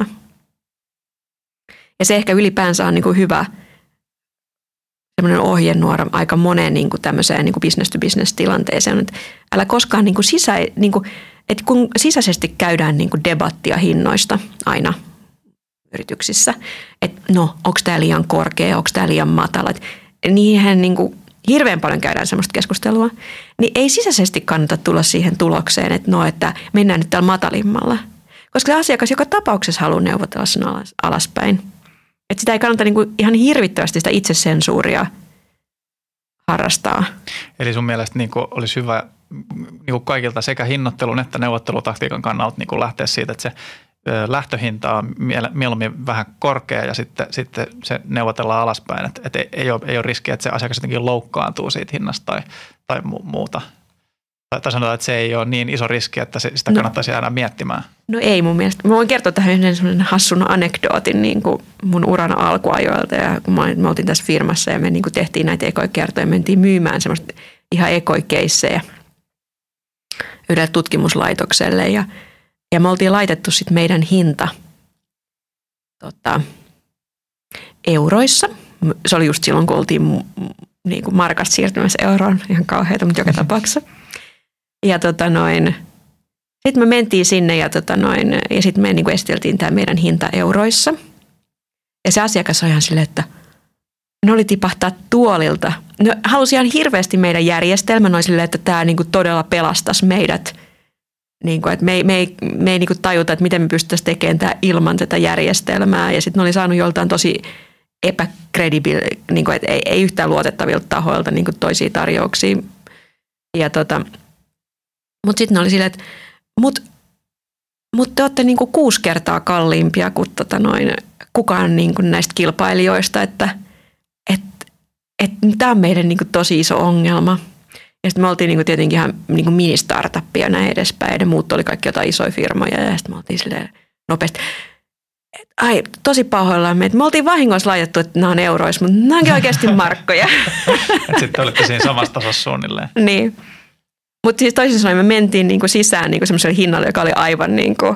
Ja se ehkä ylipäänsä on niin kuin hyvä semmoinen ohjenuora aika moneen niin kuin tämmöiseen niin kuin business to business tilanteeseen, että älä koskaan niin kuin sisä, niin kuin, että kun sisäisesti käydään niin kuin debattia hinnoista aina yrityksissä, että no, onko tämä liian korkea, onko tämä liian matala, niihin niin kuin hirveän paljon käydään semmoista keskustelua, niin ei sisäisesti kannata tulla siihen tulokseen, että no, että mennään nyt täällä matalimmalla. Koska se asiakas joka tapauksessa haluaa neuvotella sen alas, alaspäin. Että sitä ei kannata niin kuin ihan hirvittävästi sitä itsesensuuria harrastaa. Eli sun mielestä niin kuin olisi hyvä niin kuin kaikilta sekä hinnoittelun että neuvottelutaktiikan kannalta niin kuin lähteä siitä, että se lähtöhinta on mieluummin vähän korkea ja sitten, sitten se neuvotellaan alaspäin. Että, että ei, ole, ei ole riskiä, että se asiakas jotenkin loukkaantuu siitä hinnasta tai, tai muuta. Tai, tai sanotaan, että se ei ole niin iso riski, että se, sitä kannattaisi no, jäädä miettimään. No ei mun mielestä. Mä voin kertoa tähän yhden sellainen hassun anekdootin niin kuin mun uran alkuajoilta. Ja kun me oltiin tässä firmassa ja me niin kuin tehtiin näitä ekoikertoja ja mentiin myymään semmoista ihan ekoikeissejä yhdelle tutkimuslaitokselle. Ja, ja me oltiin laitettu sitten meidän hinta tota, euroissa. Se oli just silloin, kun oltiin niin kuin markasta siirtymässä euroon. Ihan kauheata, mutta joka tapauksessa. Ja tota noin, sitten me mentiin sinne ja, tota noin, ja sitten me niin kuin esiteltiin tämä meidän hinta euroissa. Ja se asiakas on ihan silleen, että ne oli tipahtaa tuolilta. Ne halusi ihan hirveästi meidän järjestelmän, oli silleen, että tämä niin kuin todella pelastaisi meidät. Niin kuin, että me ei, me ei, me ei niin kuin tajuta, että miten me pystyttäisiin tekemään tämä ilman tätä järjestelmää. Ja sitten ne oli saanut joltain tosi epäkredibil, niin kuin, että ei, ei yhtään luotettavilta tahoilta niin kuin toisia tarjouksia. Ja tota... Mutta sitten ne oli silleen, että mut, mut te olette niinku kuusi kertaa kalliimpia kuin tota noin, kukaan niinku näistä kilpailijoista, että et, et, tämä on meidän niinku tosi iso ongelma. Ja sitten me oltiin niinku tietenkin ihan niinku mini-startuppia ja näin edespäin. Ja muut oli kaikki jotain isoja firmoja ja sitten me oltiin silleen nopeasti. Et, ai, tosi pahoillaan me. Me oltiin vahingossa laitettu, että nämä on euroissa, mutta nämä onkin oikeasti markkoja. Sitten olitte siinä samassa tasossa suunnilleen. Niin. Mutta siis toisin sanoen me mentiin niinku sisään niinku semmoiselle hinnalle, joka oli aivan niinku,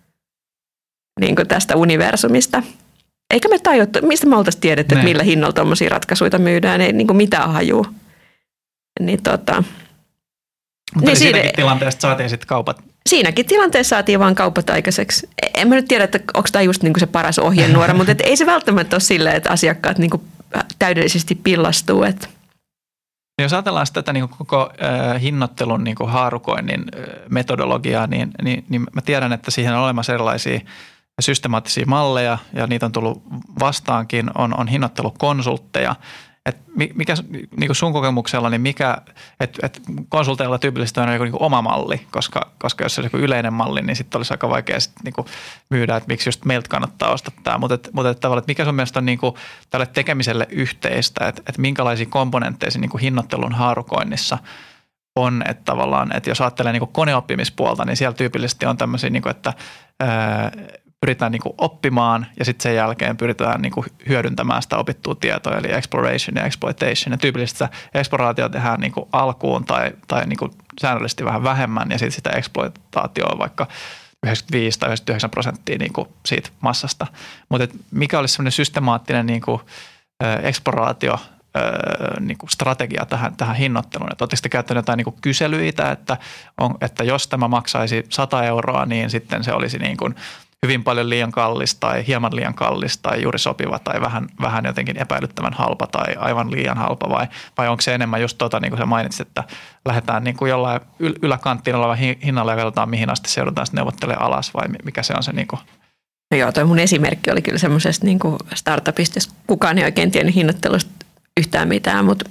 niinku tästä universumista. Eikä me tajuttu, mistä me oltaisiin tiedetty, että millä hinnalla tuommoisia ratkaisuja myydään, ei niinku mitään hajua. Niin tota, mutta niin siinäkin siitä, tilanteessa saatiin sitten kaupat. Siinäkin tilanteessa saatiin vaan kaupat aikaiseksi. En mä nyt tiedä, että onko tämä just niinku se paras ohjenuora, mutta et ei se välttämättä ole silleen, että asiakkaat niinku täydellisesti pillastuu, että jos ajatellaan tätä niin koko äh, hinnoittelun niin haarukoinnin äh, metodologiaa, niin, niin, niin mä tiedän, että siihen on olemassa erilaisia systemaattisia malleja ja niitä on tullut vastaankin, on, on hinnoittelukonsultteja. Et mikä niin kuin sun kokemuksella, niin mikä, että et konsulteilla tyypillisesti on joku niin kuin oma malli, koska, koska jos se on joku yleinen malli, niin sitten olisi aika vaikea sit niin kuin myydä, että miksi just meiltä kannattaa ostaa tämä. Mutta et, mut et tavallaan, että mikä sun mielestä on niin kuin tälle tekemiselle yhteistä, että et minkälaisia komponentteja niin kuin hinnoittelun haarukoinnissa on, että tavallaan, että jos ajattelee niin kuin koneoppimispuolta, niin siellä tyypillisesti on tämmöisiä, niin kuin, että ää, pyritään niin kuin oppimaan ja sitten sen jälkeen pyritään niin kuin hyödyntämään sitä opittua tietoa, eli exploration ja exploitation. Ja tyypillisesti sitä exploraatio tehdään niin kuin alkuun tai, tai niin kuin säännöllisesti vähän vähemmän ja sitten sitä exploitaatio on vaikka yhdeksänkymmentäviisi tai yhdeksänkymmentäyhdeksän prosenttia niin kuin siitä massasta. Mutta mikä olisi semmoinen systemaattinen niin kuin exploraatio niin kuin strategia tähän, tähän hinnoitteluun. Että oletteko te käyttäneet jotain niin kuin kyselyitä, että, on, että jos tämä maksaisi sata euroa, niin sitten se olisi niin kuin hyvin paljon liian kallis tai hieman liian kallis tai juuri sopiva tai vähän, vähän jotenkin epäilyttävän halpa tai aivan liian halpa vai, vai onko se enemmän just tuota, niin kuin sä mainitsit, että lähdetään niin kuin jollain yl- yläkanttiin oleva hinnalla ja katsotaan mihin asti se joudutaan sitten neuvottelemaan alas vai mikä se on se niin kuin. No joo, toi mun esimerkki oli kyllä semmoisesta niin kuin startupista, jos kukaan ei oikein tiennyt hinnoittelusta yhtään mitään, mutta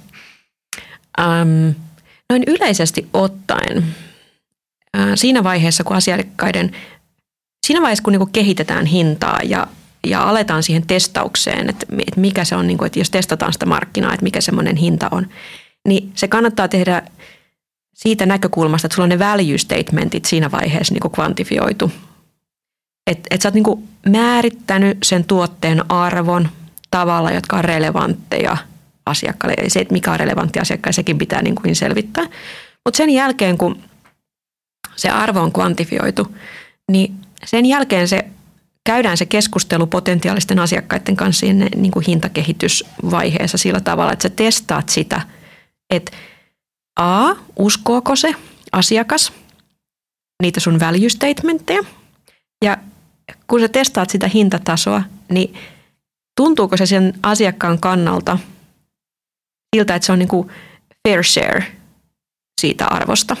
ähm, noin yleisesti ottaen äh, siinä vaiheessa, kun asiakkaiden Siinä vaiheessa, kun niinku kehitetään hintaa ja, ja aletaan siihen testaukseen, että, että mikä se on, niinku, että jos testataan sitä markkinaa, että mikä semmoinen hinta on, niin se kannattaa tehdä siitä näkökulmasta, että sulla on ne value statementit siinä vaiheessa niinku kvantifioitu. Että et sä oot niinku määrittänyt sen tuotteen arvon tavalla, jotka on relevantteja asiakkaalle. Eli se, että mikä on relevantti asiakkaalle, sekin pitää niinku selvittää. Mutta sen jälkeen, kun se arvo on kvantifioitu, niin sen jälkeen se, käydään se keskustelu potentiaalisten asiakkaiden kanssa siinä niin kuin hintakehitysvaiheessa sillä tavalla, että sä testaat sitä, että A, uskooko se asiakas, niitä sun value statementteja. Ja kun sä testaat sitä hintatasoa, niin tuntuuko se sen asiakkaan kannalta siltä, että se on niin kuin fair share siitä arvosta?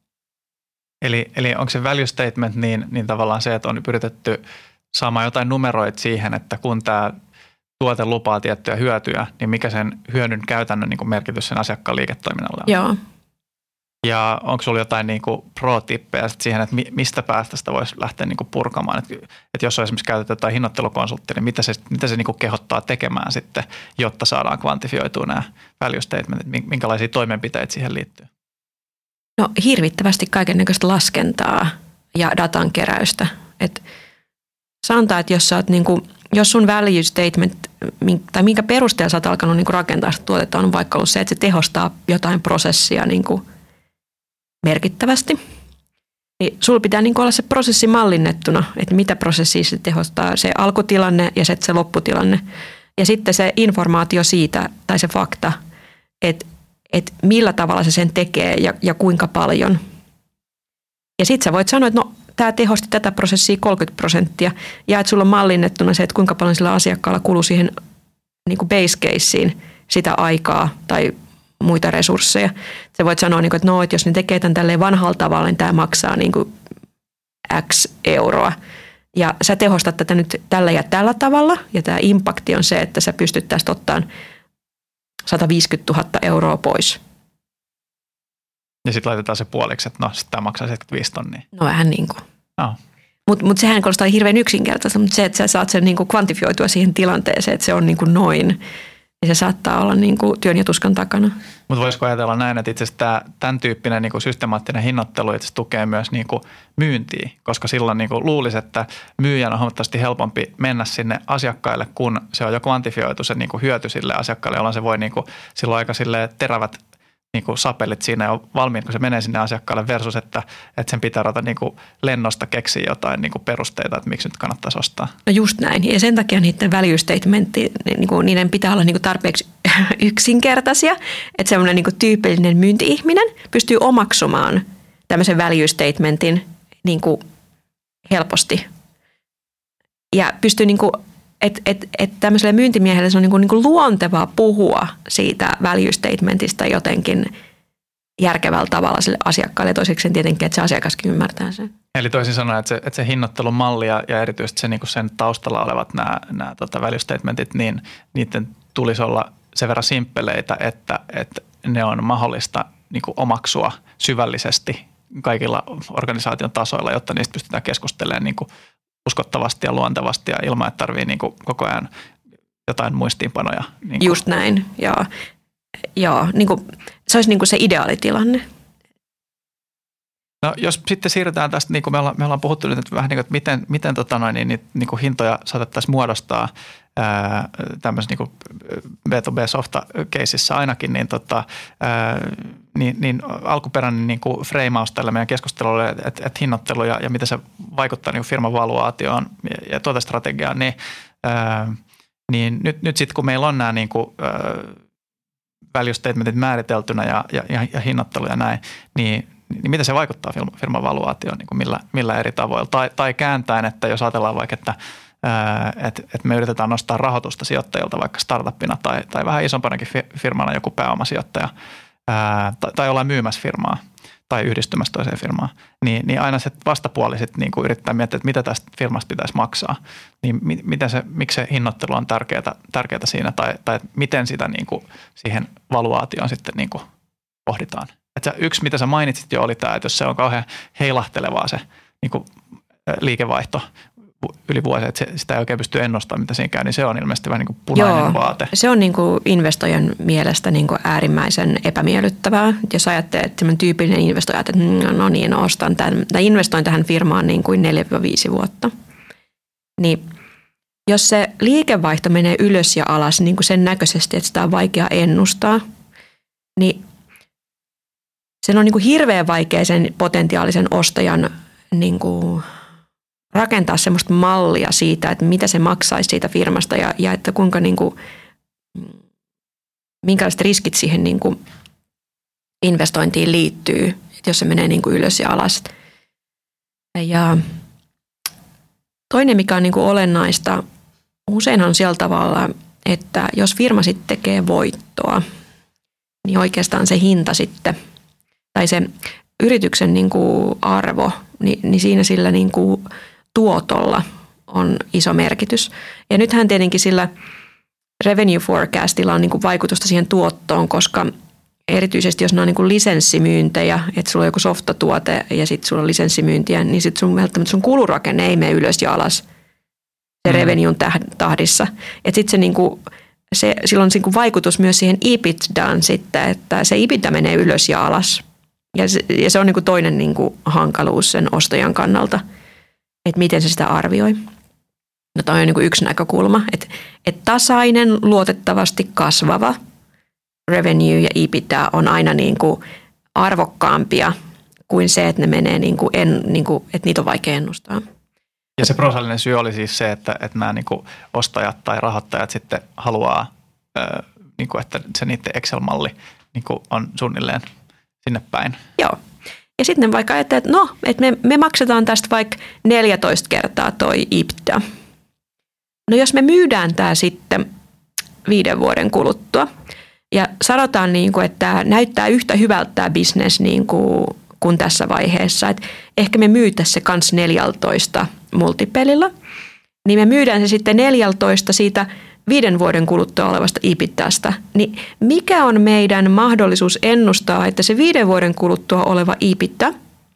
Eli, eli onko se value statement niin, niin tavallaan se, että on yritetty saamaan jotain numeroita siihen, että kun tämä tuote lupaa tiettyjä hyötyjä, niin mikä sen hyödyn käytännön niin kuin merkitys sen asiakkaan liiketoiminnalle on? Joo. Ja onko sulla jotain niin kuin pro-tippejä siihen, että mistä päästä sitä voisi lähteä niin kuin purkamaan? Että, että jos on esimerkiksi käytetty jotain hinnoittelukonsulttia, niin mitä se, mitä se niin kuin kehottaa tekemään sitten, jotta saadaan kvantifioitua nämä value statementit? Minkälaisia toimenpiteitä siihen liittyy? No hirvittävästi kaikennäköistä laskentaa ja datan keräystä. Et sanotaan, että jos, sä oot niinku, jos sun value statement, tai minkä perusteella sä oot alkanut niinku rakentaa sitä tuotetta, on vaikka ollut se, että se tehostaa jotain prosessia niinku merkittävästi, niin sulla pitää niinku olla se prosessi mallinnettuna, että mitä prosessia se tehostaa, se alkutilanne ja sitten se lopputilanne. Ja sitten se informaatio siitä, tai se fakta, että että millä tavalla se sen tekee ja, ja kuinka paljon. Ja sitten sä voit sanoa, että no tämä tehosti tätä prosessia kolmekymmentä prosenttia ja että sulla on mallinnettuna se, että kuinka paljon sillä asiakkaalla kuluu siihen niin kuin base caseen sitä aikaa tai muita resursseja. Sä voit sanoa, että no, että jos ne tekee tämän tälleen vanhalla tavalla, niin tämä maksaa niin kuin X euroa. Ja sä tehostat tätä nyt tällä ja tällä tavalla ja tämä impakti on se, että sä pystyt tästä ottamaan sata viisikymmentätuhatta euroa pois. Ja sitten laitetaan se puoliksi, että no sitten tämä maksaa seitsemänkymmentäviisi tonnia. No vähän niin kuin. Oh. Mutta mut sehän kuulostaa hirveän yksinkertaista, mutta se, että sä saat sen niin kuin kvantifioitua siihen tilanteeseen, että se on niin kuin noin, niin se saattaa olla niin kuin työn ja tuskan takana. Mutta voisiko ajatella näin, että itse asiassa tämän tyyppinen niin kuin systemaattinen hinnoittelu itse tukee myös niin kuin myyntiä, koska silloin niin kuin luulisi, että myyjän on huomattavasti helpompi mennä sinne asiakkaille, kun se on jo kvantifioitu se niin kuin hyöty sille asiakkaalle, jolloin se voi niin kuin, silloin aika terävät niin kuin sapelit siinä jo valmiin, kun se menee sinne asiakkaalle versus, että, että sen pitää ruveta niin kuin lennosta keksiä jotain niin kuin perusteita, että miksi nyt kannattaisi ostaa. No just näin. Ja sen takia niiden value statementti, niin kuin, niiden pitää olla niin kuin tarpeeksi yksinkertaisia, että semmoinen niin kuin tyypillinen myynti-ihminen pystyy omaksumaan tämmöisen value statementin niin kuin helposti. Ja pystyy niin kuin Että et, et tämmöiselle myyntimiehelle se on niinku, niinku luontevaa puhua siitä value statementista jotenkin järkevällä tavalla sille asiakkaalle. Toiseksi tietenkin, että se asiakaskin ymmärtää sen. Eli toisin sanoen, että se, että se hinnoittelumalli ja, ja erityisesti se, niinku sen taustalla olevat nämä, nämä tota value statementit, niin niiden tulisi olla sen verran simppeleitä, että, että ne on mahdollista niinku omaksua syvällisesti kaikilla organisaation tasoilla, jotta niistä pystytään keskustelemaan niinku uskottavasti ja luontevasti ja ilman, että tarvii niin kuin koko ajan jotain muistiinpanoja. Niin Just näin, joo. joo niin kuin, se olisi niin kuin se ideaalitilanne. No jos sitten siirrytään tästä, niin kuin me, ollaan, me ollaan puhuttu nyt vähän niin kuin, että miten, miten tota noin, niin, niin kuin hintoja saatettaisiin muodostaa ää, tämmöisessä niin B to B-softa-keisissä ainakin, niin, tota, ää, niin, niin alkuperäinen niin kuin freimaus tällä meidän keskustelulle, että, että hinnoittelu ja, ja miten se vaikuttaa niin kuin firman valuaatioon ja, ja tuotestrategiaan, niin, ää, niin nyt, nyt sitten kun meillä on nämä niin kuin, ää, value statementit määriteltynä ja, ja, ja, ja hinnoittelu ja näin, niin niin miten se vaikuttaa firman valuaatioon, niin kuin millä, millä eri tavoilla? Tai, tai kääntäen, että jos ajatellaan vaikka, että, että, että me yritetään nostaa rahoitusta sijoittajilta vaikka startuppina tai, tai vähän isompanakin firmana joku pääomasijoittaja ää, tai, tai ollaan myymässä firmaa tai yhdistymässä toiseen firmaan, niin, niin aina se vastapuoli sitten niin kuin yrittää miettiä, että mitä tästä firmasta pitäisi maksaa. Niin miten se, miksi se hinnoittelu on tärkeää, tärkeää siinä tai, tai miten sitä niin kuin siihen valuaatioon sitten niin kuin pohditaan. Että yksi, mitä sä mainitsit jo, oli tämä, että jos se on kauhean heilahtelevaa se niin kuin liikevaihto yli vuosia, että sitä ei oikein pysty ennustamaan, mitä siinä käy, niin se on ilmeisesti vähän niin kuin punainen Joo, vaate. Se on niin kuin investoijan mielestä niin kuin äärimmäisen epämiellyttävää. Jos ajattelee, että semmoinen tyypillinen investoija, että no niin, ostan tämän, tai investoin tähän firmaan niin kuin neljä viisi vuotta, niin jos se liikevaihto menee ylös ja alas niin kuin sen näköisesti, että sitä on vaikea ennustaa, niin sen on niin kuin hirveän vaikea sen potentiaalisen ostajan niin kuin rakentaa semmoista mallia siitä, että mitä se maksaisi siitä firmasta ja, ja että kuinka niin kuin, minkälaiset riskit siihen niin kuin investointiin liittyy, että jos se menee niin kuin ylös ja alas. Ja toinen, mikä on niin kuin olennaista, useinhan sillä tavalla, että jos firma sitten tekee voittoa, niin oikeastaan se hinta sitten, tai se yrityksen niin kuin arvo, niin, niin siinä sillä niin kuin tuotolla on iso merkitys. Ja nythän tietenkin sillä revenue forecastilla on niin kuin vaikutusta siihen tuottoon, koska erityisesti jos ne on niin kuin lisenssimyyntejä, että sulla on joku softatuote ja sitten sulla on lisenssimyyntiä, niin sitten sun välttämättä sun kulurakenne ei mene ylös ja alas se mm. revenue'n tahdissa. Että sitten se, niin kuin, se, sillä on niin kuin vaikutus myös siihen EBITDAan sitten, että se EBITDA menee ylös ja alas. Ja se, ja se on niin kuin toinen niin kuin hankaluus sen ostajan kannalta, että miten se sitä arvioi. No toi on niin kuin yksi näkökulma, että, että tasainen, luotettavasti kasvava revenue ja EBITDA on aina niin kuin arvokkaampia kuin se, että ne menee niin kuin en, niin kuin, että niitä on vaikea ennustaa. Ja se prosallinen syy oli siis se, että, että nämä niin kuin ostajat tai rahoittajat sitten haluaa, niin kuin, että se niiden Excel-malli niin kuin on suunnilleen sinne päin. Joo. Ja sitten vaikka ajattelee, että no, että me, me maksetaan tästä vaikka neljätoista kertaa toi EBITDA. No jos me myydään tämä sitten viiden vuoden kuluttua ja sanotaan, niin kuin, että tämä näyttää yhtä hyvältä tämä business niin kuin, kuin tässä vaiheessa, että ehkä me myytäisiin se kanssa neljätoista multipelillä, niin me myydään se sitten neljätoista siitä viiden vuoden kuluttua olevasta EBITDAsta, niin mikä on meidän mahdollisuus ennustaa, että se viiden vuoden kuluttua oleva EBITDA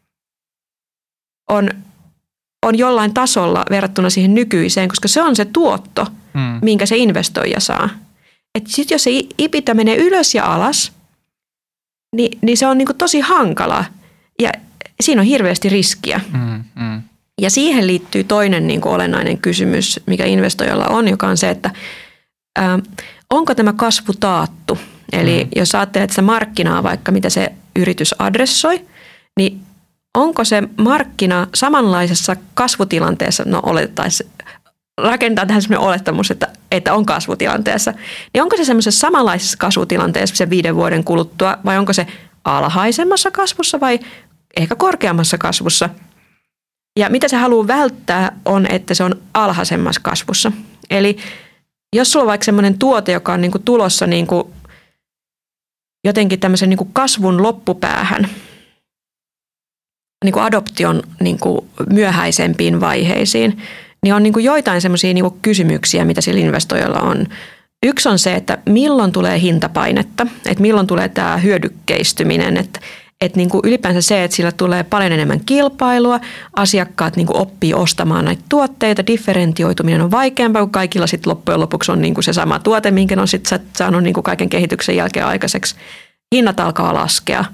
on, on jollain tasolla verrattuna siihen nykyiseen, koska se on se tuotto, hmm. minkä se investoija saa. Sitten jos se EBITDA menee ylös ja alas, niin, niin se on niinku tosi hankala ja siinä on hirveästi riskiä. Hmm. Hmm. Ja siihen liittyy toinen niin kuin olennainen kysymys, mikä investoijalla on, joka on se, että ää, onko tämä kasvu taattu? Eli mm. jos ajattelet sitä markkinaa, vaikka mitä se yritys adressoi, niin onko se markkina samanlaisessa kasvutilanteessa, no oletettaisiin, rakentaa tähän sellainen olettamus, että, että on kasvutilanteessa, niin onko se semmoisessa samanlaisessa kasvutilanteessa sen viiden vuoden kuluttua, vai onko se alhaisemmassa kasvussa vai ehkä korkeammassa kasvussa? Ja mitä se haluaa välttää on, että se on alhaisemmassa kasvussa. Eli jos sulla on vaikka semmoinen tuote, joka on niin kuin tulossa niin kuin jotenkin tämmöisen niin kuin kasvun loppupäähän, niin kuin adoption niin kuin myöhäisempiin vaiheisiin, niin on niin kuin joitain semmoisia niin kuin kysymyksiä, mitä sillä investoijalla on. Yksi on se, että milloin tulee hintapainetta, että milloin tulee tämä hyödykkeistyminen, että Että niin kuin ylipäänsä se, että sillä tulee paljon enemmän kilpailua, asiakkaat niin kuin oppii ostamaan näitä tuotteita, differentioituminen on vaikeampaa, kun kaikilla sitten loppujen lopuksi on niin kuin se sama tuote, minkä on sitten saanut niin kuin kaiken kehityksen jälkeen aikaiseksi. Hinnat alkaa laskea.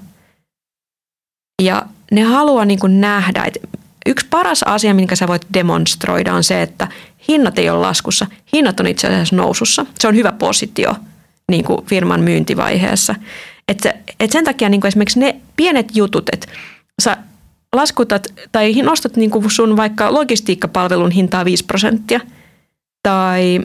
Ja ne haluaa niin kuin nähdä, että yksi paras asia, minkä sä voit demonstroida, on se, että hinnat ei ole laskussa. Hinnat on itse asiassa nousussa. Se on hyvä positio niin kuin firman myyntivaiheessa. Että et sen takia niin kuin esimerkiksi ne pienet jutut, että sä laskutat tai nostat niin kuin sun vaikka logistiikkapalvelun hintaa viisi prosenttia tai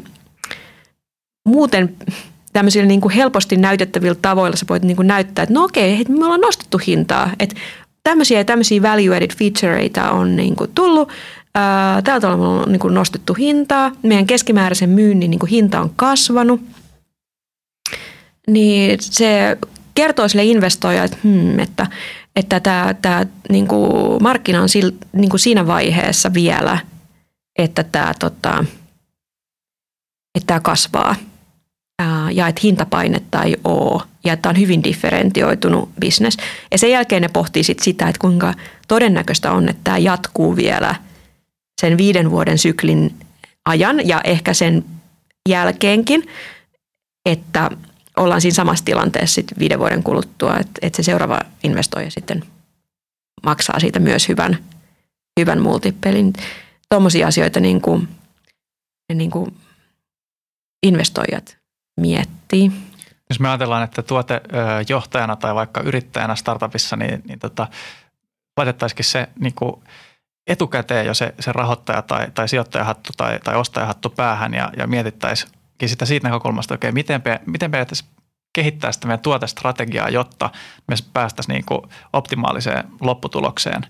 muuten tämmöisillä niin kuin helposti näytettävillä tavoilla sä voit niin kuin näyttää, että no okei, me ollaan nostettu hintaa, että tämmöisiä ja tämmöisiä value-added featureita on niin kuin tullut. Ää, tällä tavalla on niin kuin nostettu hintaa. Meidän keskimääräisen myynnin niin kuin hinta on kasvanut. Niin se kertoo sille investoijalle, että, hmm, että, että tämä, tämä niin kuin markkina on sil, niin kuin siinä vaiheessa vielä, että tämä, tota, että tämä kasvaa ää, ja että hintapainetta ei ole ja että on hyvin differentioitunut business. Ja sen jälkeen ne pohtii sit sitä, että kuinka todennäköistä on, että tämä jatkuu vielä sen viiden vuoden syklin ajan ja ehkä sen jälkeenkin, että ollaan siinä samassa tilanteessa sit viiden vuoden kuluttua, että, että se seuraava investoija sitten maksaa siitä myös hyvän, hyvän multipelin. Tuommoisia asioita niin kuin, niin kuin investoijat miettii. Jos me ajatellaan, että tuotejohtajana tai vaikka yrittäjänä startupissa, niin, niin tota, laitettaisikin se niin kuin etukäteen jo se, se rahoittaja tai, tai sijoittajahattu tai, tai ostajahattu päähän ja, ja mietittäisiin sitä siitä näkökulmasta, okei, miten me, miten me kehittää sitä meidän tuotestrategiaa, jotta me päästäisiin niin kuin optimaaliseen lopputulokseen,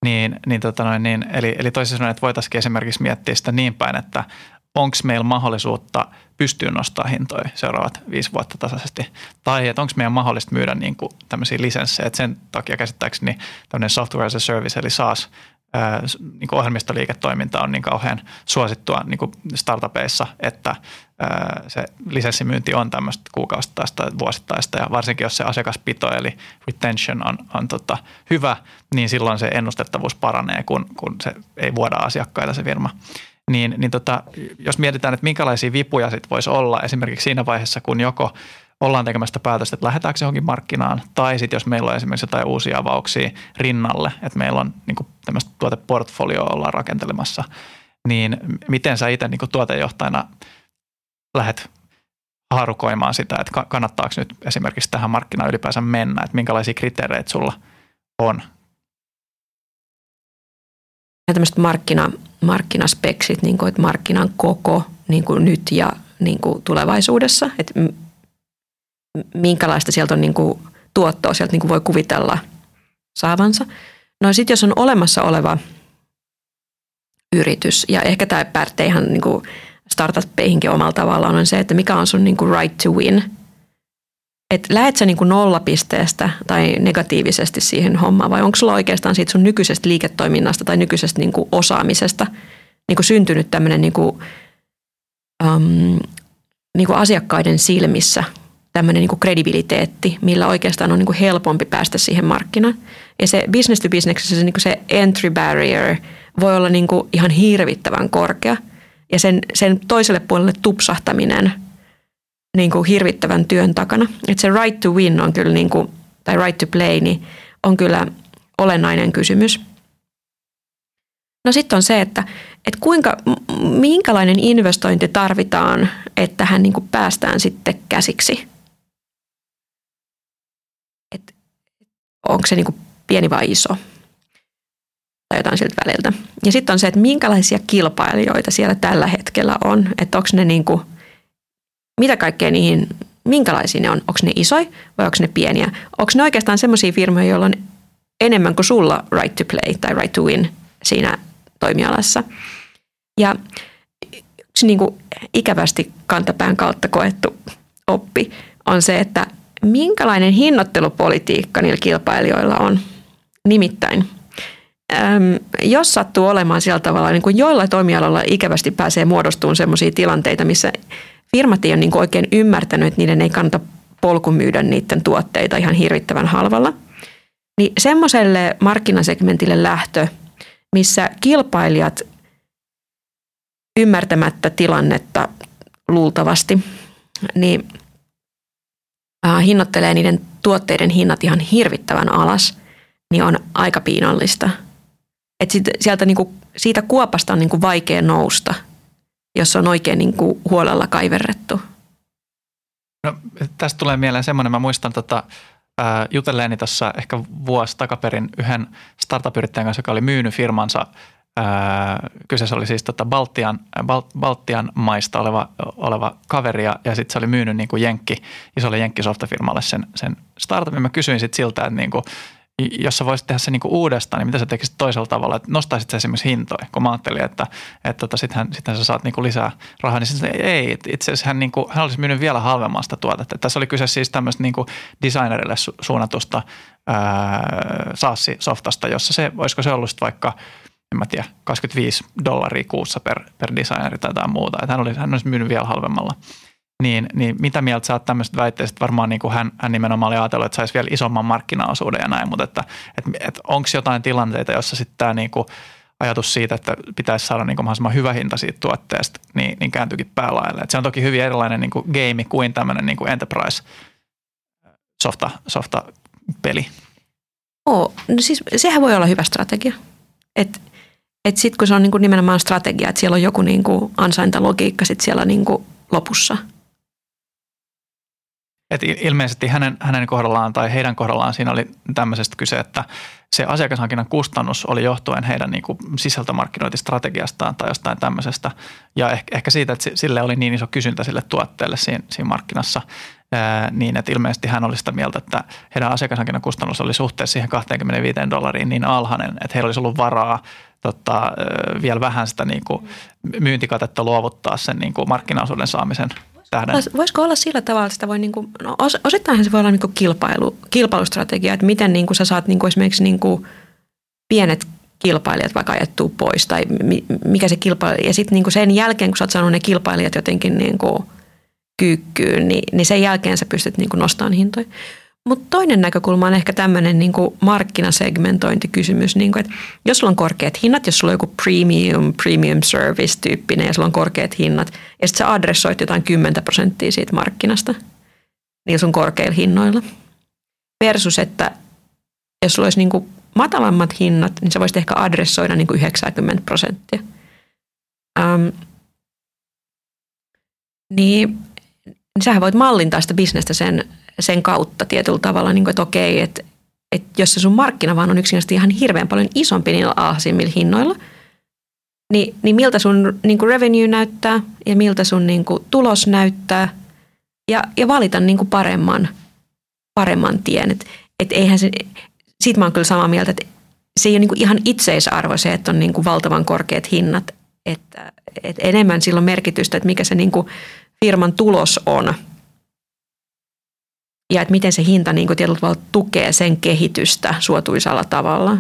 Niin, niin, tota noin, niin eli, eli toisin sanoen, että voitaisiin esimerkiksi miettiä sitä niin päin, että onko meillä mahdollisuutta pystyä nostamaan hintoja seuraavat viisi vuotta tasaisesti. Tai että onko meidän mahdollista myydä niin kuin tämmöisiä lisenssejä. Et sen takia käsittääkseni tämmöinen software as a service eli SaaS ää, niin kuin ohjelmistoliiketoiminta on niin kauhean suosittua niin kuin startupeissa, että ää, se lisenssimyynti on tämmöistä kuukausittaista vuosittaista ja varsinkin jos se asiakaspito eli retention on, on tota, hyvä, niin silloin se ennustettavuus paranee, kun, kun se ei vuoda asiakkaita se firma. Niin, niin tota, jos mietitään, että minkälaisia vipuja sit voisi olla esimerkiksi siinä vaiheessa, kun joko ollaan tekemästä päätöstä, että lähdetäänkö johonkin markkinaan, tai sitten jos meillä on esimerkiksi jotain uusia avauksia rinnalle, että meillä on niin kuin tämmöistä tuoteportfolioa ollaan rakentelemassa, niin miten sä itse niin kuin tuotejohtajana lähdet haarukoimaan sitä, että kannattaako nyt esimerkiksi tähän markkinaan ylipäänsä mennä, että minkälaisia kriteereitä sulla on? Ja tämmöiset markkina, markkinaspeksit, niin kuin, että markkinan koko niin kuin nyt ja niin kuin tulevaisuudessa, että minkälaista sieltä on niin kuin tuottoa, sieltä niin kuin voi kuvitella saavansa. No sitten jos on olemassa oleva yritys, ja ehkä tämä pätee ihan niin kuin startup-peihinkin omalla tavallaan, on se, että mikä on sun niin kuin right to win. Että lähet sä niin kuin nollapisteestä tai negatiivisesti siihen hommaan, vai onko sulla oikeastaan siitä sun nykyisestä liiketoiminnasta tai nykyisestä niin kuin osaamisesta niin kuin syntynyt tämmöinen niin kuin, um, niin kuin asiakkaiden silmissä tämmöinen niin kuin kredibiliteetti, millä oikeastaan on niin kuin helpompi päästä siihen markkinaan. Ja se business to business, se, niin kuin se entry barrier voi olla niin kuin ihan hirvittävän korkea. Ja sen, sen toiselle puolelle tupsahtaminen niin kuin hirvittävän työn takana. Että se right to win on kyllä, niin kuin, tai right to play, niin on kyllä olennainen kysymys. No sitten on se, että, että kuinka, minkälainen investointi tarvitaan, että tähän niin kuin päästään sitten käsiksi. Että onko se niin kuin pieni vai iso tai jotain siltä väliltä. Ja sitten on se, että minkälaisia kilpailijoita siellä tällä hetkellä on. Että onko ne niin kuin, mitä kaikkea niihin, minkälaisia ne on? Onko ne isoja vai onko ne pieniä? Onko ne oikeastaan semmoisia firmoja, joilla on enemmän kuin sulla right to play tai right to win siinä toimialassa? Ja yksi niin kuin ikävästi kantapään kautta koettu oppi on se, että minkälainen hinnoittelupolitiikka niillä kilpailijoilla on. Nimittäin, äm, jos sattuu olemaan sillä tavalla, niin kuin joilla toimialoilla ikävästi pääsee muodostumaan sellaisia tilanteita, missä firmat ei ole niin kuin oikein ymmärtänyt, että niiden ei kannata polkumyydä niiden tuotteita ihan hirvittävän halvalla, niin semmoiselle markkinasegmentille lähtö, missä kilpailijat ymmärtämättä tilannetta luultavasti, niin hinnoittelee niiden tuotteiden hinnat ihan hirvittävän alas, niin on aika piinallista. Et sit, sieltä niinku, siitä kuopasta on niinku vaikea nousta, jos on oikein niinku huolella kaiverrettu. No, tästä tulee mieleen semmoinen, mä muistan tota, ää, jutelleeni tuossa ehkä vuosi takaperin yhden startup-yrittäjän kanssa, joka oli myynyt firmansa. Ää, kyseessä oli siis tota Baltian, Bal, Baltian maista oleva, oleva kaveri ja, ja sitten se oli myynyt niin kuin jenkki, isolle jenkkisofta-firmalle sen, sen startupin. Mä kysyin sitten siltä, että niin kuin, jos sä voisit tehdä se niin kuin uudestaan, niin mitä sä tekisit toisella tavalla, että nostaisit sä esimerkiksi hintoja, kun mä ajattelin, että, että tota, sittenhän, sittenhän sä saat niin kuin lisää rahaa, niin sitten ei, itse asiassa hän, niin kuin, hän olisi myynyt vielä halvemmasta tuotetta. Tässä oli kyse siis tämmöistä niin kuin designerille su- suunnatusta SaaS-softasta, jossa se, olisiko se ollut vaikka en mä tiedä, kaksikymmentäviisi dollaria kuussa per, per designeri tai jotain muuta. Että hän, oli, hän olisi myynyt vielä halvemmalla. Niin, niin mitä mieltä sä oot tämmöistä väitteistä? Varmaan niin kuin hän, hän nimenomaan oli ajatellut, että saisi vielä isomman markkinaosuuden ja näin, mutta että, että, että onko jotain tilanteita, jossa sitten tämä niin kuin ajatus siitä, että pitäisi saada niin kuin mahdollisimman hyvä hinta siitä tuotteesta, niin, niin kääntyykin päälaille. Että se on toki hyvin erilainen niin kuin game kuin tämmöinen niin kuin enterprise softa, softa peli. Oo, no siis sehän voi olla hyvä strategia. Että et sitten kun se on niinku nimenomaan strategia, että siellä on joku niinku ansaintalogiikka sit siellä niinku lopussa. Et ilmeisesti hänen, hänen kohdallaan tai heidän kohdallaan siinä oli tämmöisestä kyse, että se asiakashankinnan kustannus oli johtuen heidän niinku sisältömarkkinointistrategiastaan tai jostain tämmöisestä. Ja ehkä, ehkä siitä, että sille oli niin iso kysyntä sille tuotteelle siinä, siinä markkinassa, niin että ilmeisesti hän oli sitä mieltä, että heidän asiakashankinnan kustannus oli suhteessa siihen kaksikymmentäviisi dollariin niin alhainen, että heillä olisi ollut varaa tota, vielä vähän sitä niin kuin myyntikatetta luovuttaa sen niin kuin markkinaosuuden saamisen tähden. Voisiko olla sillä tavalla, että sitä voi, niin kuin, no osittainhan se voi olla niin kuin kilpailu, kilpailustrategia, että miten niin kuin sä saat niin kuin esimerkiksi niin kuin pienet kilpailijat vaikka ajettua pois tai mikä se kilpailu, ja sitten niin kuin sen jälkeen, kun sä oot saanut ne kilpailijat jotenkin niin kuin kyykkyyn, niin, niin sen jälkeen sä pystyt niin kuin nostamaan hintoja. Mutta toinen näkökulma on ehkä tämmöinen niin kuin markkinasegmentointikysymys, niin kuin, että jos sulla on korkeat hinnat, jos sulla on joku premium, premium service tyyppinen ja sulla on korkeat hinnat, ja sitten sä adressoit jotain kymmentä prosenttia siitä markkinasta niin sun korkeilla hinnoilla. Versus, että jos sulla olisi niin kuin matalammat hinnat, niin sä voisit ehkä adressoida niin kuin yhdeksänkymmentä prosenttia. Ähm, niin, niin sähän voit mallintaa sitä bisnestä sen sen kautta tietyllä tavalla, niin kuin, että okei, että, että jos se sun markkina vaan on yksinkertaisesti ihan hirveän paljon isompi niillä alhaisimmilla hinnoilla, niin, niin miltä sun niin kuin revenue näyttää ja miltä sun niin kuin tulos näyttää ja, ja valita niin kuin paremman, paremman tien. Et, et eihän se, siitä mä oon kyllä samaa mieltä, että se ei ole niin kuin ihan itseisarvo se, että on niin kuin valtavan korkeat hinnat, että, että enemmän sillä on merkitystä, että mikä se niin kuin firman tulos on. Ja että miten se hinta niin kuin tietyllä tavalla tukee sen kehitystä suotuisalla tavalla.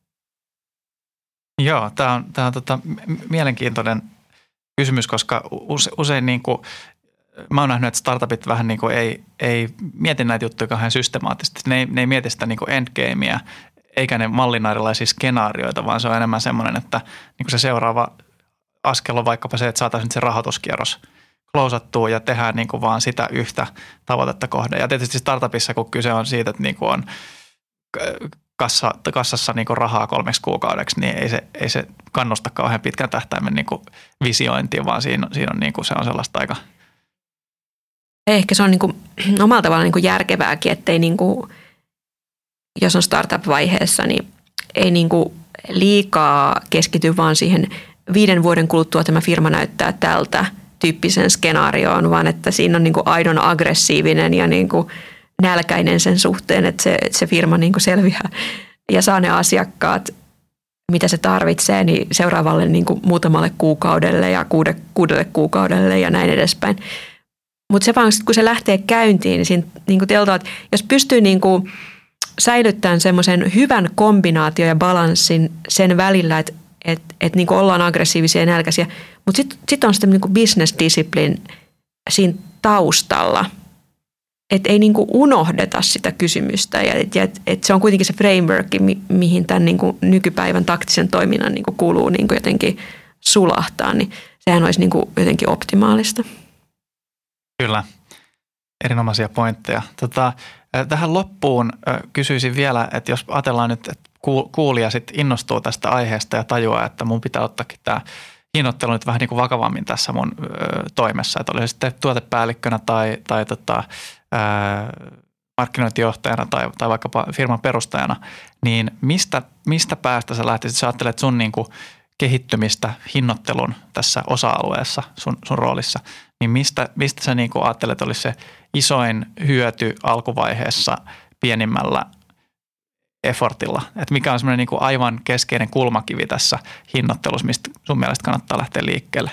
Joo, tämä on, tämä on tota, mielenkiintoinen kysymys, koska use, usein niin kuin, mä oon nähnyt, että startupit vähän niin kuin ei, ei mieti näitä juttuja kauhean systemaattisesti. Ne ei, ne ei mieti sitä niin kuin endgamea, eikä ne mallina erilaisia skenaarioita, vaan se on enemmän semmoinen, että niin kuin se seuraava askel on vaikkapa se, että saataisiin se rahoituskierros klousattua ja tehdään niin kuin vaan sitä yhtä tavoitetta kohden. Ja tietysti startupissa, kun kyse on siitä, että niin kuin on kassa, kassassa niin kuin rahaa kolmeksi kuukaudeksi, niin ei se, ei se kannusta kauhean pitkän tähtäimen niin kuin visiointiin, vaan siinä, siinä on, niin kuin, se on sellaista aika. Ehkä se on niin kuin, omalla tavalla niin kuin järkevääkin, ettei niin kuin, jos on startup-vaiheessa, niin ei niin kuin liikaa keskity vaan siihen viiden vuoden kuluttua tämä firma näyttää tältä tyyppisen skenaarioon, vaan että siinä on niin kuin aidon aggressiivinen ja niin kuin nälkäinen sen suhteen, että se, että se firma niin kuin selviää ja saa ne asiakkaat, mitä se tarvitsee, niin seuraavalle niin kuin muutamalle kuukaudelle ja kuude, kuudelle kuukaudelle ja näin edespäin. Mutta se vaan, kun se lähtee käyntiin, niin, siinä, niin kuin teltaa, että jos pystyy niin kuin säilyttämään semmoisen hyvän kombinaatio ja balanssin sen välillä, että Että et niinku ollaan aggressiivisia ja nälkäisiä, mutta sitten sit on sitten niinku business discipline siinä taustalla, että ei niinku unohdeta sitä kysymystä ja että et, et se on kuitenkin se framework, mi, mihin tämän niinku nykypäivän taktisen toiminnan niinku kuuluu niinku jotenkin sulahtaa, niin sehän olisi niinku jotenkin optimaalista. Kyllä, erinomaisia pointteja. Tota, tähän loppuun kysyisin vielä, että jos ajatellaan nyt, että kuulija sitten innostuu tästä aiheesta ja tajuaa, että mun pitää ottaakin tämä hinnoittelu nyt vähän niin kuin vakavammin tässä mun ö, toimessa. Että oli se sitten tuotepäällikkönä tai, tai tota, ö, markkinointijohtajana tai, tai vaikkapa firman perustajana, niin mistä, mistä päästä sä lähtisit? Sä ajattelet sun niin kuin kehittymistä hinnoittelun tässä osa-alueessa sun, sun roolissa, niin mistä, mistä sä niin kuin ajattelet olisi se isoin hyöty alkuvaiheessa pienimmällä effortilla? Että mikä on semmoinen niin kuin aivan keskeinen kulmakivi tässä hinnoittelussa, mistä sun mielestä kannattaa lähteä liikkeelle?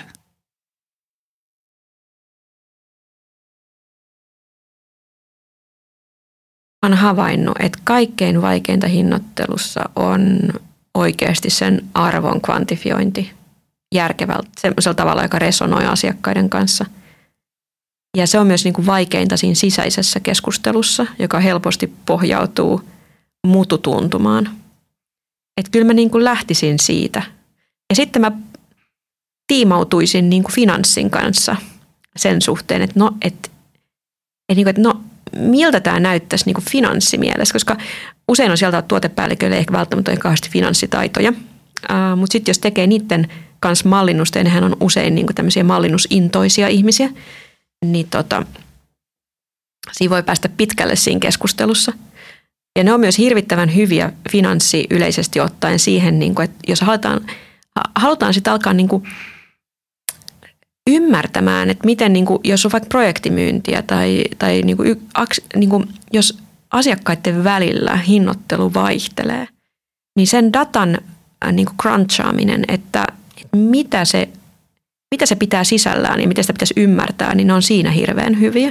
Olen havainnut, että kaikkein vaikeinta hinnoittelussa on oikeasti sen arvon kvantifiointi järkevältä, sellaisella tavalla, joka resonoi asiakkaiden kanssa. Ja se on myös niin kuin vaikeinta siinä sisäisessä keskustelussa, joka helposti pohjautuu mututuntumaan. Että kyllä mä niin kuin lähtisin siitä. Ja sitten mä tiimautuisin niin kuin finanssin kanssa sen suhteen, että no, että, että, että no miltä tämä näyttäisi niin kuin finanssimielessä, koska usein on sieltä tuotepäälliköille ehkä välttämättä ole kauheasti finanssitaitoja, uh, mutta sitten jos tekee niiden kanssa mallinnusta, ja nehän on usein niin kuin tämmöisiä mallinnusintoisia ihmisiä, niin tota, siinä voi päästä pitkälle siinä keskustelussa. Ja ne on myös hirvittävän hyviä finanssi yleisesti ottaen siihen, niin kuin, että jos halutaan, halutaan sitten alkaa niin kuin ymmärtämään, että miten, niin kuin, jos on vaikka projektimyyntiä tai, tai niin kuin, niin kuin, jos asiakkaiden välillä hinnoittelu vaihtelee, niin sen datan niin kuin crunchaaminen, että, että mitä, se, mitä se pitää sisällään ja miten sitä pitäisi ymmärtää, niin ne on siinä hirveän hyviä.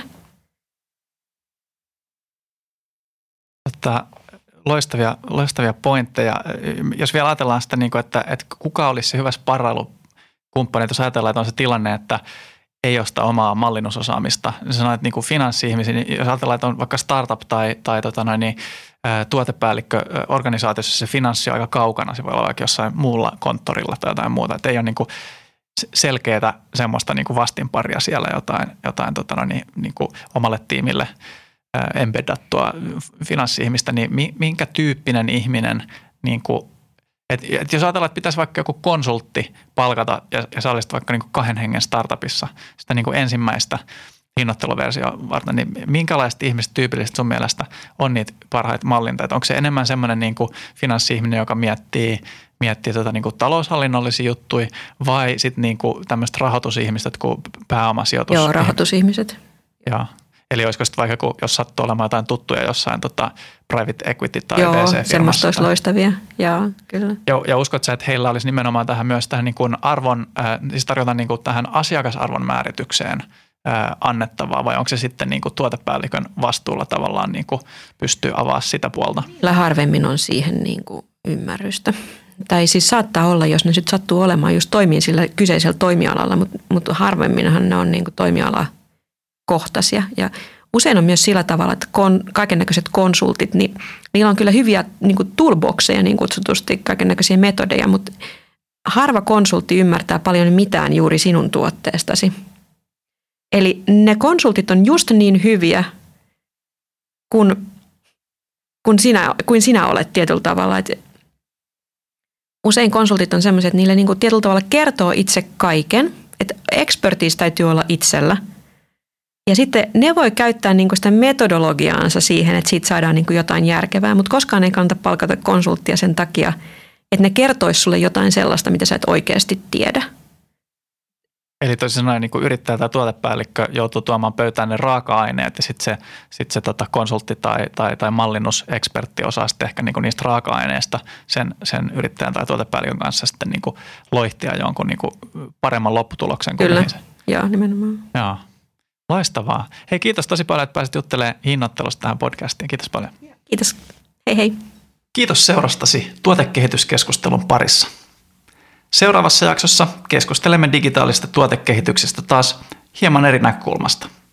Totta, loistavia, loistavia pointteja. Jos vielä ajatellaan sitä, että, että kuka olisi se hyvä sparrailukumppani, jos ajatellaan, että on se tilanne, että ei ole sitä omaa mallinnusosaamista. Sanoit, että niin kuin finanssi-ihmisiä, niin jos ajatellaan, että on vaikka startup tai, tai tota noin, niin, ä, tuotepäällikkö organisaatiossa, se finanssi on aika kaukana. Se voi olla vaikka jossain muulla konttorilla tai jotain muuta. Että ei ole niin kuin selkeää semmoista niin kuin vastinparia siellä jotain, jotain tota noin, niin, niin kuin omalle tiimille ä, embeddattua finanssi-ihmistä. Niin minkä tyyppinen ihminen niin kuin Et, et jos ajatellaan, että pitäisi vaikka joku konsultti palkata ja, ja sä olisit vaikka niin kuin kahden hengen startupissa sitä niin kuin ensimmäistä hinnoitteluversiota varten, niin minkälaiset ihmiset tyypillisesti sun mielestä on niitä parhaita mallinta? Onko se enemmän semmoinen niin kuin finanssi-ihminen, joka miettii, miettii tota niin kuin taloushallinnollisia juttuja vai sitten niin kuin tämmöiset rahoitusihmiset kuin pääomasijoitus? Joo, rahoitusihmiset. Joo. Eli olisiko sitten vaikka, kun, jos sattuu olemaan jotain tuttuja jossain tota, private equity tai Joo, V C-firmassa. Joo, semmoista olisi loistavia. Joo, kyllä. Ja, ja uskot sä, että heillä olisi nimenomaan tähän myös tähän niin kuin arvon, äh, siis tarjotaan niin kuin tähän asiakasarvon määritykseen äh, annettavaa vai onko se sitten niin kuin tuotepäällikön vastuulla tavallaan niin kuin pystyy avaamaan sitä puolta? Kyllä harvemmin on siihen niin kuin ymmärrystä. Tai siis saattaa olla, jos ne sitten sattuu olemaan just toimii sillä kyseisellä toimialalla, mutta, mutta harvemminhan ne on niin kuin toimiala kohtaisia. Ja usein on myös sillä tavalla, että kon, kaikennäköiset konsultit, niin niillä on kyllä hyviä niin kuin toolboxeja, niin kutsutusti kaikennäköisiä metodeja, mutta harva konsultti ymmärtää paljon mitään juuri sinun tuotteestasi. Eli ne konsultit on just niin hyviä, kun, kun sinä, kuin sinä olet tietyllä tavalla. Et usein konsultit on sellaiset, että niille niin kuin tietyllä tavalla kertoo itse kaiken, että expertise täytyy olla itsellä. Ja sitten ne voi käyttää niinku sitä metodologiaansa siihen, että siitä saadaan niinku jotain järkevää, mutta koskaan ei kannata palkata konsulttia sen takia, että ne kertoisi sulle jotain sellaista, mitä sä et oikeasti tiedä. Eli toisin sanoen niin yrittäjä tai tuotepäällikkö joutuu tuomaan pöytään ne raaka-aineet ja sitten se, sit se tota konsultti tai, tai, tai mallinnusekspertti osaa sitten ehkä niin niistä raaka-aineista sen, sen yrittäjän tai tuotepäällikön kanssa sitten niin loihtia jonkun niin paremman lopputuloksen. Kyllä, joo nimenomaan. Joo. Loistavaa. Hei, kiitos tosi paljon, että pääsit juttelemaan hinnoittelusta tähän podcastiin. Kiitos paljon. Kiitos. Hei hei. Kiitos seurastasi tuotekehityskeskustelun parissa. Seuraavassa jaksossa keskustelemme digitaalisesta tuotekehityksestä taas hieman eri näkökulmasta.